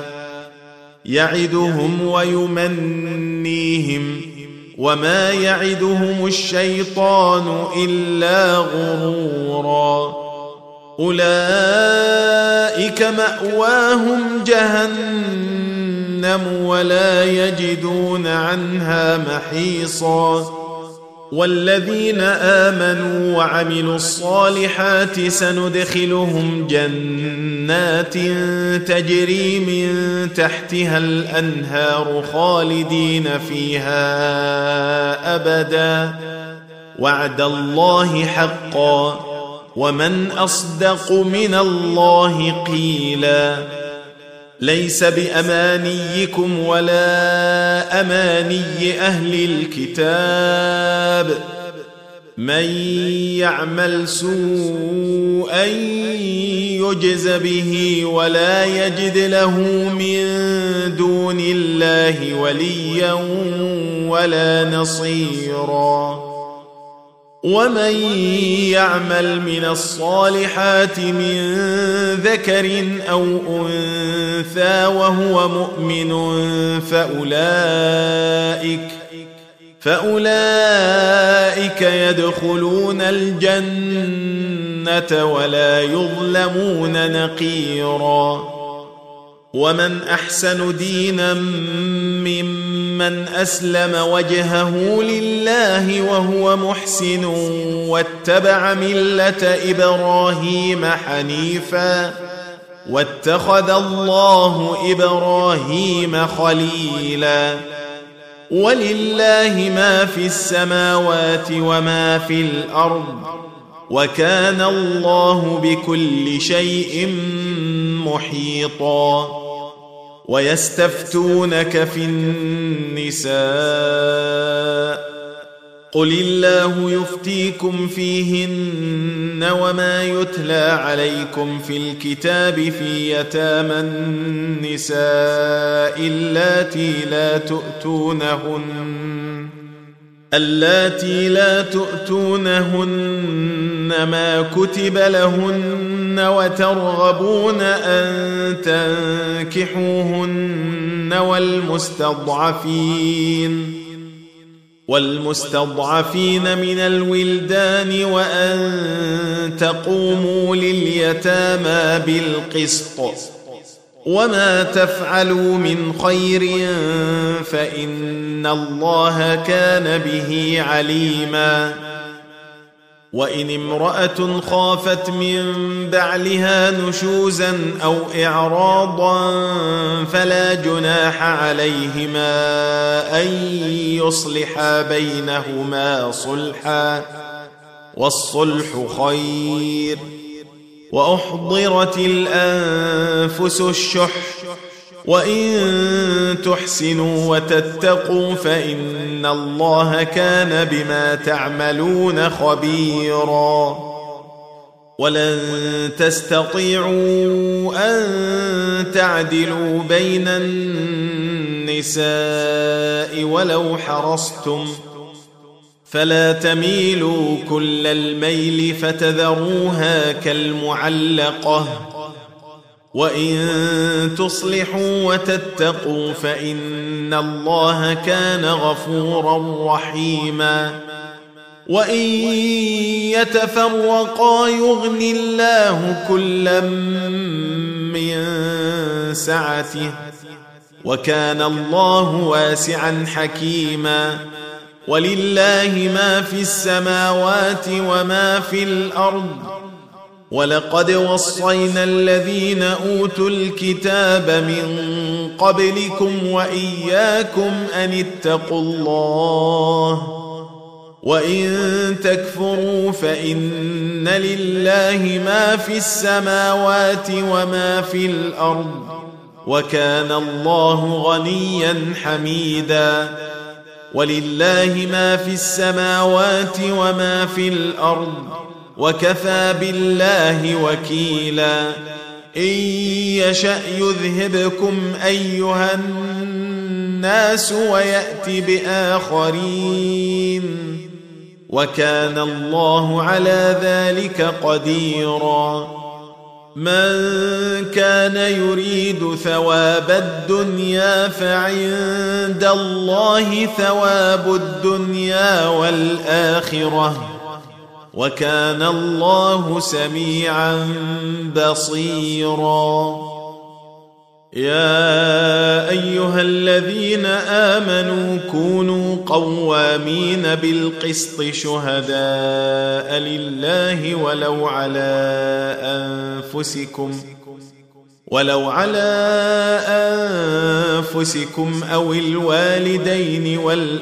يعدهم ويمنيهم وما يعدهم الشيطان إلا غرورا أولئك مأواهم جهنم ولا يجدون عنها محيصا والذين آمنوا وعملوا الصالحات سندخلهم جنات تجري من تحتها الأنهار خالدين فيها أبدا وعد الله حقا ومن أصدق من الله قيلا ليس بأمانيكم ولا أماني أهل الكتاب من يعمل سوءا يجز به ولا يجد له من دون الله وليا ولا نصيرا ومن يعمل من الصالحات من ذكر أو أنثى وهو مؤمن فأولئك فأولئك يدخلون الجنة ولا يظلمون نقيرا ومن أحسن دينا ممن أسلم وجهه لله وهو محسن واتبع ملة إبراهيم حنيفا واتخذ الله إبراهيم خليلا ولله ما في السماوات وما في الأرض وكان الله بكل شيء محيطا ويستفتونك في النساء قل الله يفتيكم فيهن وما يتلى عليكم في الكتاب في يتامى النساء اللاتي لا تؤتونهن اللاتي لا تؤتونهن ما كتب لهن وترغبون أن تنكحوهن والمستضعفين والمستضعفين من الولدان وأن تقوموا لليتامى بالقسط وما تفعلوا من خير فإن الله كان به عليما وإن امرأة خافت من بعلها نشوزا أو إعراضا فلا جناح عليهما أن يصلحا بينهما صلحا والصلح خير وأحضرت الأنفس الشح وإن تحسنوا وتتقوا فإن الله كان بما تعملون خبيرا ولن تستطيعوا أن تعدلوا بين النساء ولو حرصتم فلا تميلوا كل الميل فتذروها كالمعلقة وإن تصلحوا وتتقوا فإن الله كان غفورا رحيما وإن يتفرقا يغن الله كلا من سعته وكان الله واسعا حكيما ولله ما في السماوات وما في الأرض ولقد وصينا الذين أوتوا الكتاب من قبلكم وإياكم أن اتقوا الله وإن تكفروا فإن لله ما في السماوات وما في الأرض وكان الله غنيا حميدا ولله ما في السماوات وما في الأرض وكفى بالله وكيلا إن يشأ يذهبكم أيها الناس ويأت بآخرين وكان الله على ذلك قديرا من كان يريد ثواب الدنيا فعند الله ثواب الدنيا والآخرة وكان الله سميعا بصيرا يا أيها الذين آمنوا كونوا قوامين بالقسط شهداء لله ولو على أنفسكم ولو على أنفسكم أو الوالدين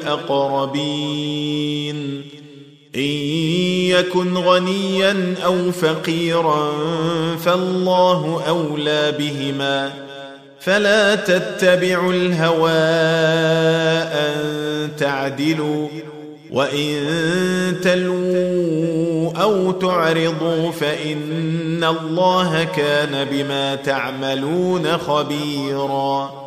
والأقربين إن يكن غنيا أو فقيرا فالله أولى بهما فلا تتبعوا الهوى أن تعدلوا وإن تلووا أو تعرضوا فإن الله كان بما تعملون خبيرا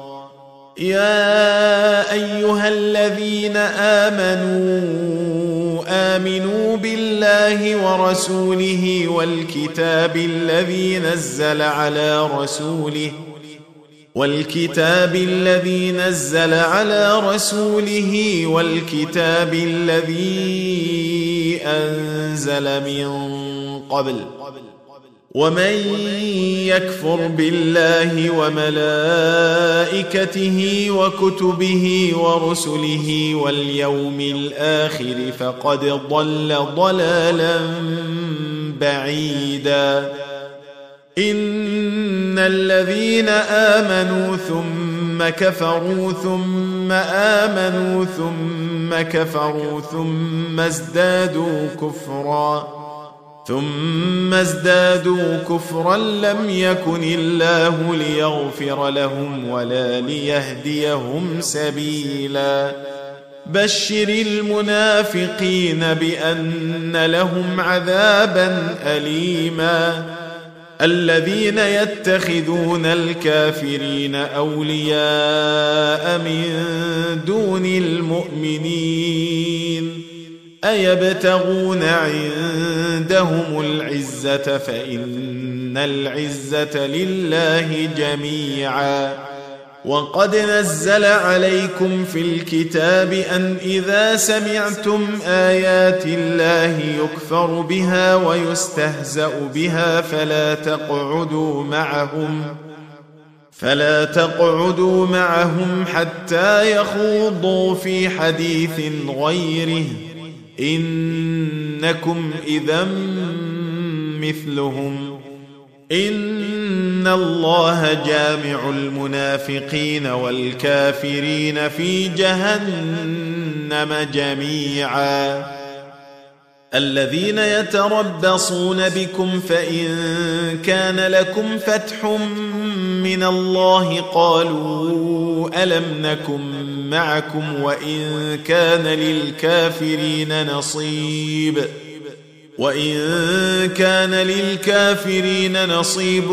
يا أيها الذين آمنوا آمنوا بالله ورسوله والكتاب الذي نزل على رسوله والكتاب الذي نزل على رسوله والكتاب الذي أنزل من قبل ومن يكفر بالله وملائكته وكتبه ورسله واليوم الآخر فقد ضل ضلالا بعيدا إن الذين آمنوا ثم كفروا ثم آمنوا ثم كفروا ثم ازدادوا كفرا ثم ازدادوا كفرا لم يكن الله ليغفر لهم ولا ليهديهم سبيلا بشر المنافقين بأن لهم عذابا أليما الذين يتخذون الكافرين أولياء من دون المؤمنين أيبتغون عندهم العزة فإن العزة لله جميعا وقد نزل عليكم في الكتاب أن إذا سمعتم آيات الله يكفر بها ويستهزأ بها فلا تقعدوا معهم فلا تقعدوا معهم حتى يخوضوا في حديث غيره إنكم إذا مثلهم إن الله جامع المنافقين والكافرين في جهنم جميعا الذين يتربصون بكم فإن كان لكم فتح من الله قالوا ألم نكن معكم وإن كان للكافرين نصيب وإن كان للكافرين نصيب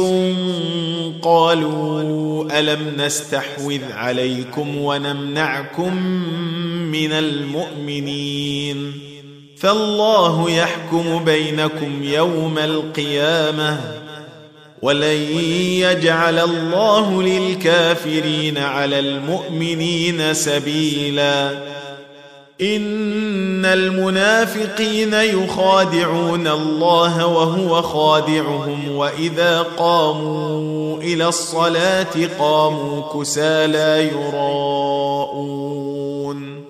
قالوا ألم نستحوذ عليكم ونمنعكم من المؤمنين فالله يحكم بينكم يوم القيامة ولن يجعل الله للكافرين على المؤمنين سبيلا إن المنافقين يخادعون الله وهو خادعهم وإذا قاموا إلى الصلاة قاموا كسالى يراءون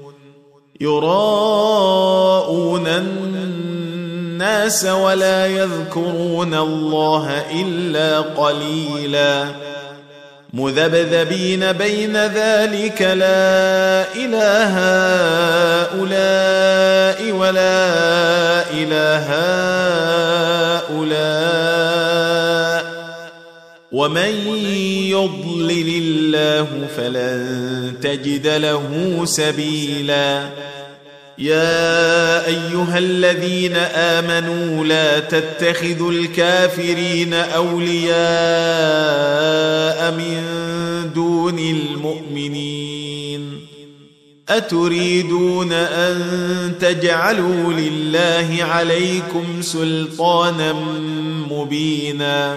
يراءون الناس ولا يذكرون الله إلا قليلا مذبذبين بين ذلك لا إله هؤلاء ولا إله هؤلاء ومن يضلل الله فلن تجد له سبيلا يا أيها الذين آمنوا لا تتخذوا الكافرين أولياء من دون المؤمنين أتريدون أن تجعلوا لله عليكم سلطانا مبينا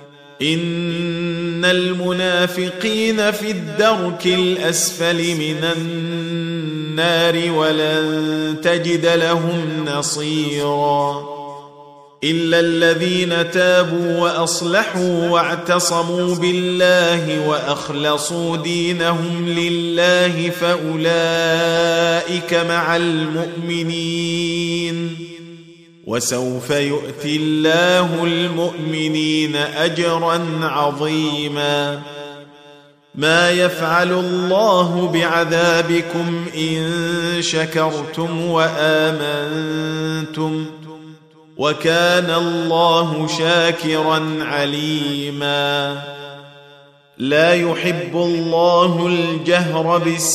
إن المنافقين في الدرك الأسفل من النار ولن تجد لهم نصيرا إلا الذين تابوا وأصلحوا واعتصموا بالله وأخلصوا دينهم لله فأولئك مع المؤمنين وسوف يؤتي الله المؤمنين أجرا عظيما ما يفعل الله بعذابكم إن شكرتم وآمنتم وكان الله شاكرا عليما لا يحب الله الجهر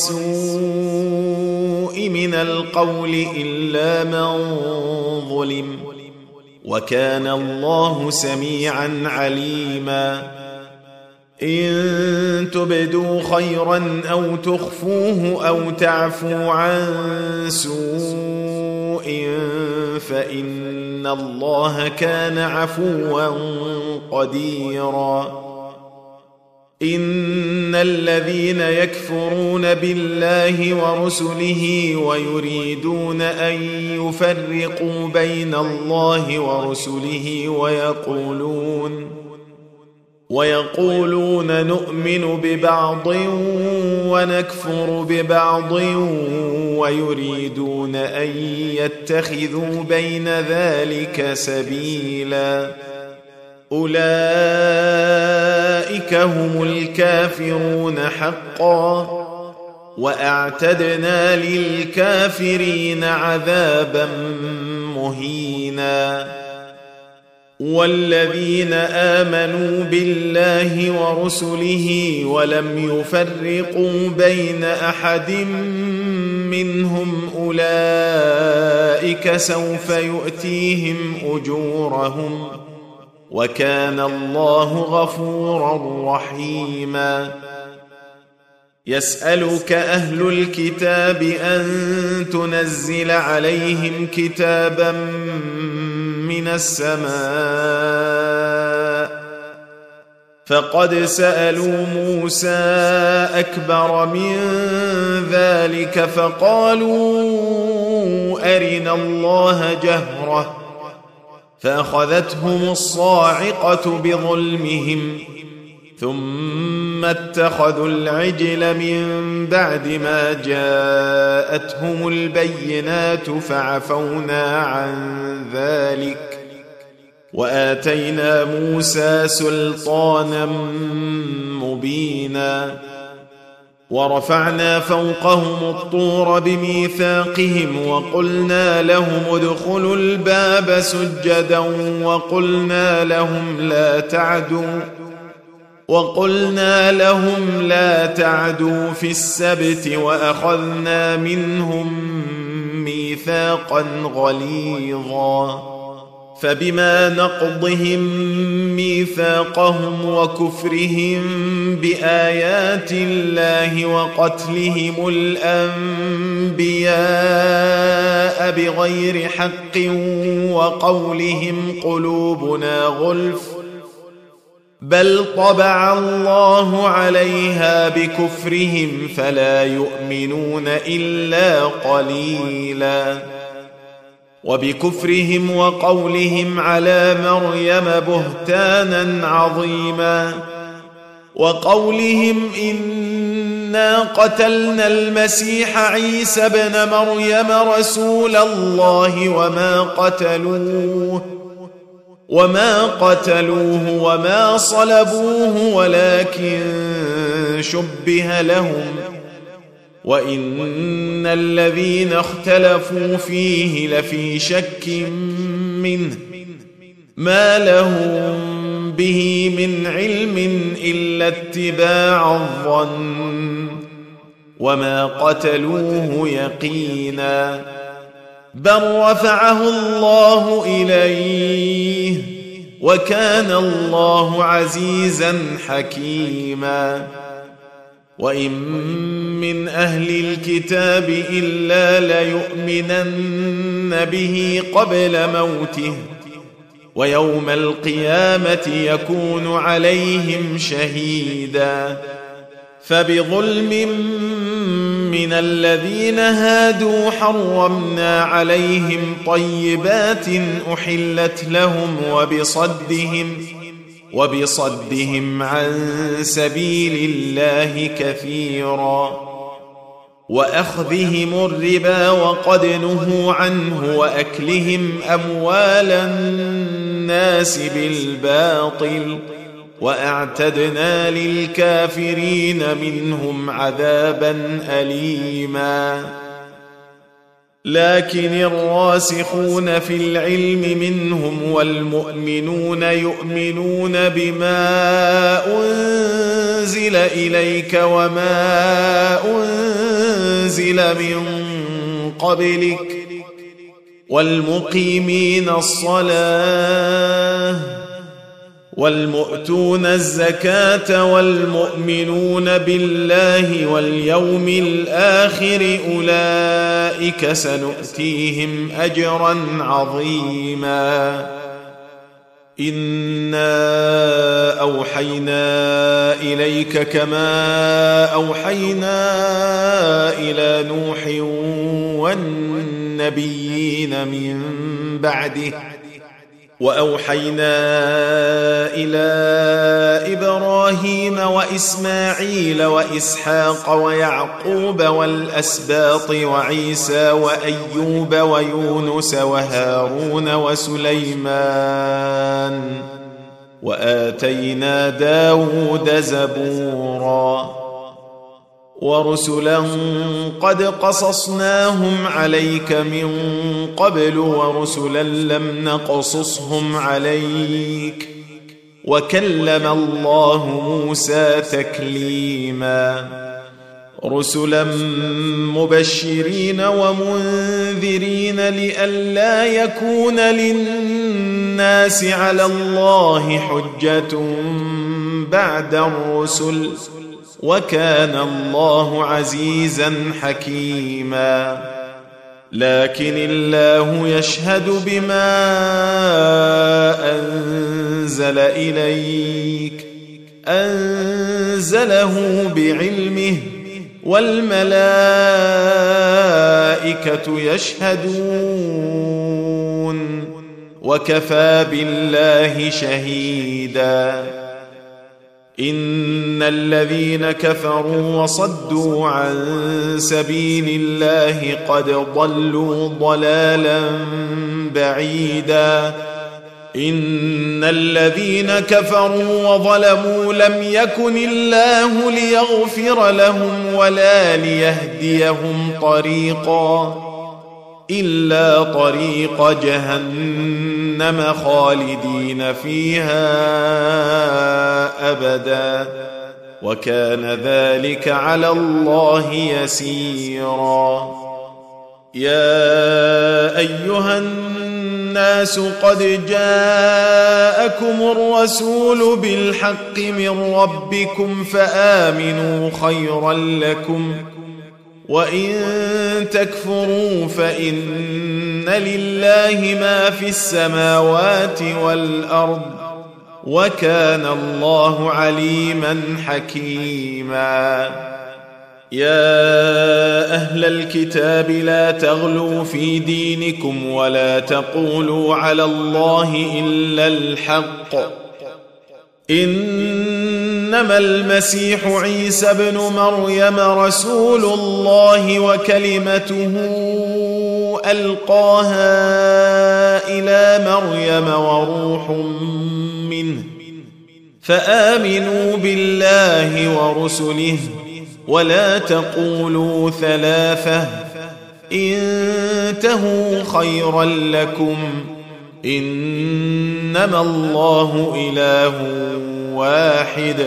بالسوء من القول إلا من ظلم وكان الله سميعا عليما إن تبدوا خيرا أو تخفوه أو تعفوا عن سوء فإن الله كان عفوا قديرا إن الذين يكفرون بالله ورسله ويريدون أن يفرقوا بين الله ورسله ويقولون ويقولون نؤمن ببعض ونكفر ببعض ويريدون أن يتخذوا بين ذلك سبيلا أولئك هم الكافرون حقا وأعتدنا للكافرين عذابا مهينا والذين آمنوا بالله ورسله ولم يفرقوا بين أحد منهم أولئك سوف يؤتيهم أجورهم وكان الله غفورا رحيما يسألك أهل الكتاب أن تنزل عليهم كتابا من السماء فقد سألوا موسى أكبر من ذلك فقالوا أرنا الله جهرة فأخذتهم الصاعقة بظلمهم ثم اتخذوا العجل من بعد ما جاءتهم البينات فعفونا عن ذلك وآتينا موسى سلطانا مبينا ورفعنا فوقهم الطور بميثاقهم وقلنا لهم ادخلوا الباب سجدا وقلنا لهم لا تعدوا وقلنا لهم لا تعدوا في السبت وأخذنا منهم ميثاقا غليظا فبما نقضهم ميثاقهم وكفرهم بآيات الله وقتلهم الأنبياء بغير حق وقولهم قلوبنا غلف بل طبع الله عليها بكفرهم فلا يؤمنون إلا قليلا وبكفرهم وقولهم على مريم بهتانا عظيما وقولهم إنا قتلنا المسيح عيسى ابن مريم رسول الله وما قتلوه وما قتلوه وما صلبوه ولكن شبه لهم وإن الذين اختلفوا فيه لفي شك منه ما لهم به من علم إلا اتباع الظن وما قتلوه يقينا بل رفعه الله إليه وكان الله عزيزا حكيما وإن من أهل الكتاب إلا ليؤمنن به قبل موته ويوم القيامة يكون عليهم شهيدا فبظلم من الذين هادوا حرمنا عليهم طيبات أحلت لهم وبصدهم وبصدهم عن سبيل الله كثيرا وأخذهم الربا وقد نهوا عنه وأكلهم أموال الناس بالباطل وأعتدنا للكافرين منهم عذابا أليما لكن الراسخون في العلم منهم والمؤمنون يؤمنون بما أنزل إليك وما أنزل من قبلك والمقيمين الصلاة والمؤتون الزكاة والمؤمنون بالله واليوم الآخر أولئك سنؤتيهم أجرا عظيما إنا أوحينا إليك كما أوحينا إلى نوح والنبيين من بعده وأوحينا إلى إبراهيم وإسماعيل وإسحاق ويعقوب والأسباط وعيسى وأيوب ويونس وهارون وسليمان وآتينا داود زبورا ورسلا قد قصصناهم عليك من قبل ورسلا لم نقصصهم عليك وكلم الله موسى تكليما رسلا مبشرين ومنذرين لئلا يكون للناس على الله حجة بعد الرسل وكان الله عزيزا حكيما لكن الله يشهد بما أنزل إليك أنزله بعلمه والملائكة يشهدون وكفى بالله شهيدا إن الذين كفروا وصدوا عن سبيل الله قد ضلوا ضلالا بعيدا إن الذين كفروا وظلموا لم يكن الله ليغفر لهم ولا ليهديهم طريقا إلا طريق جهنم خالدين فيها أبدا وكان ذلك على الله يسيرا يا أيها الناس قد جاءكم الرسول بالحق من ربكم فآمنوا خيرا لكم وإن تكفروا فإن لله ما في السماوات والأرض وكان الله عليما حكيما يا أهل الكتاب لا تغلوا في دينكم ولا تقولوا على الله إلا الحق إنما المسيح عيسى ابن مريم رسول الله وكلمته ألقاها إلى مريم وروح منه فآمنوا بالله ورسله ولا تقولوا ثلاثة انتهوا خيرا لكم إنما الله إله واحد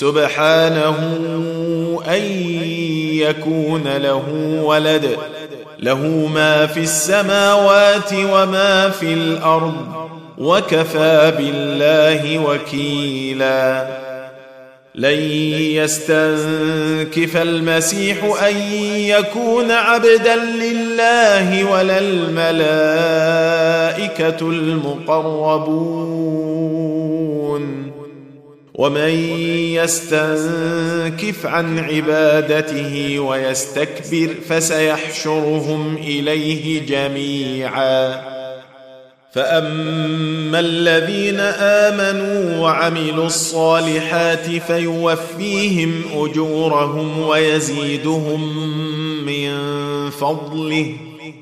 سبحانه أن يكون له ولد له ما في السماوات وما في الأرض وكفى بالله وكيلا لن يستنكف المسيح أن يكون عبدا لله ولا الملائكة المقربون ومن يستنكف عن عبادته ويستكبر فسيحشرهم إليه جميعا فأما الذين آمنوا وعملوا الصالحات فيوفيهم أجورهم ويزيدهم من فضله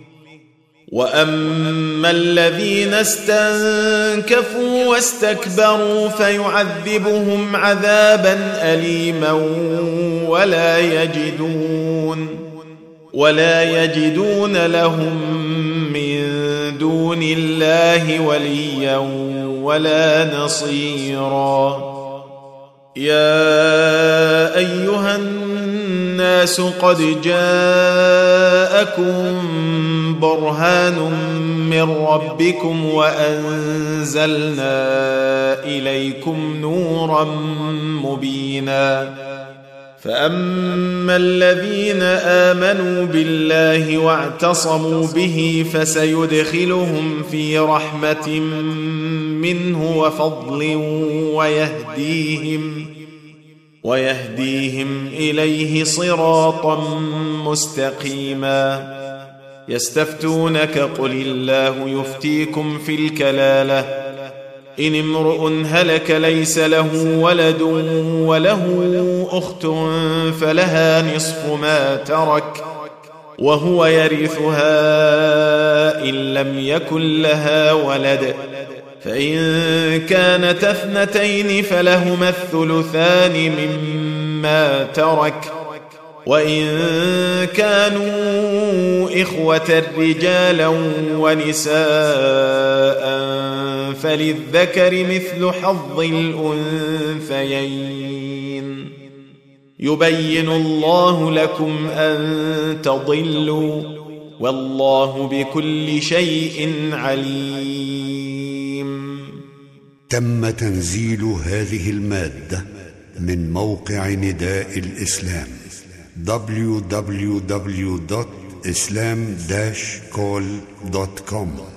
وأما الذين استنكفوا واستكبروا فيعذبهم عذابا أليما ولا يجدون ولا يجدون لهم من دون الله وليا ولا نصيرا يا أيها الناس قد جاءكم برهان من ربكم وأنزلنا إليكم نورا مبينا فأما الذين آمنوا بالله واعتصموا به فسيدخلهم في رحمة منه وفضل ويهديهم ويهديهم إليه صراطا مستقيما يستفتونك قل الله يفتيكم في الكلالة إن امرؤ هلك ليس له ولد وله أخت فلها نصف ما ترك وهو يرثها إن لم يكن لها ولد فإن كانت اثنتين فلهما الثلثان مما ترك وإن كانوا إخوة رجالا ونساء فللذكر مثل حظ الأنثيين يبين الله لكم أن تضلوا والله بكل شيء عليم. تم تنزيل هذه المادة من موقع نداء الإسلام دبليو دبليو دبليو دوت islam dash call دوت كوم.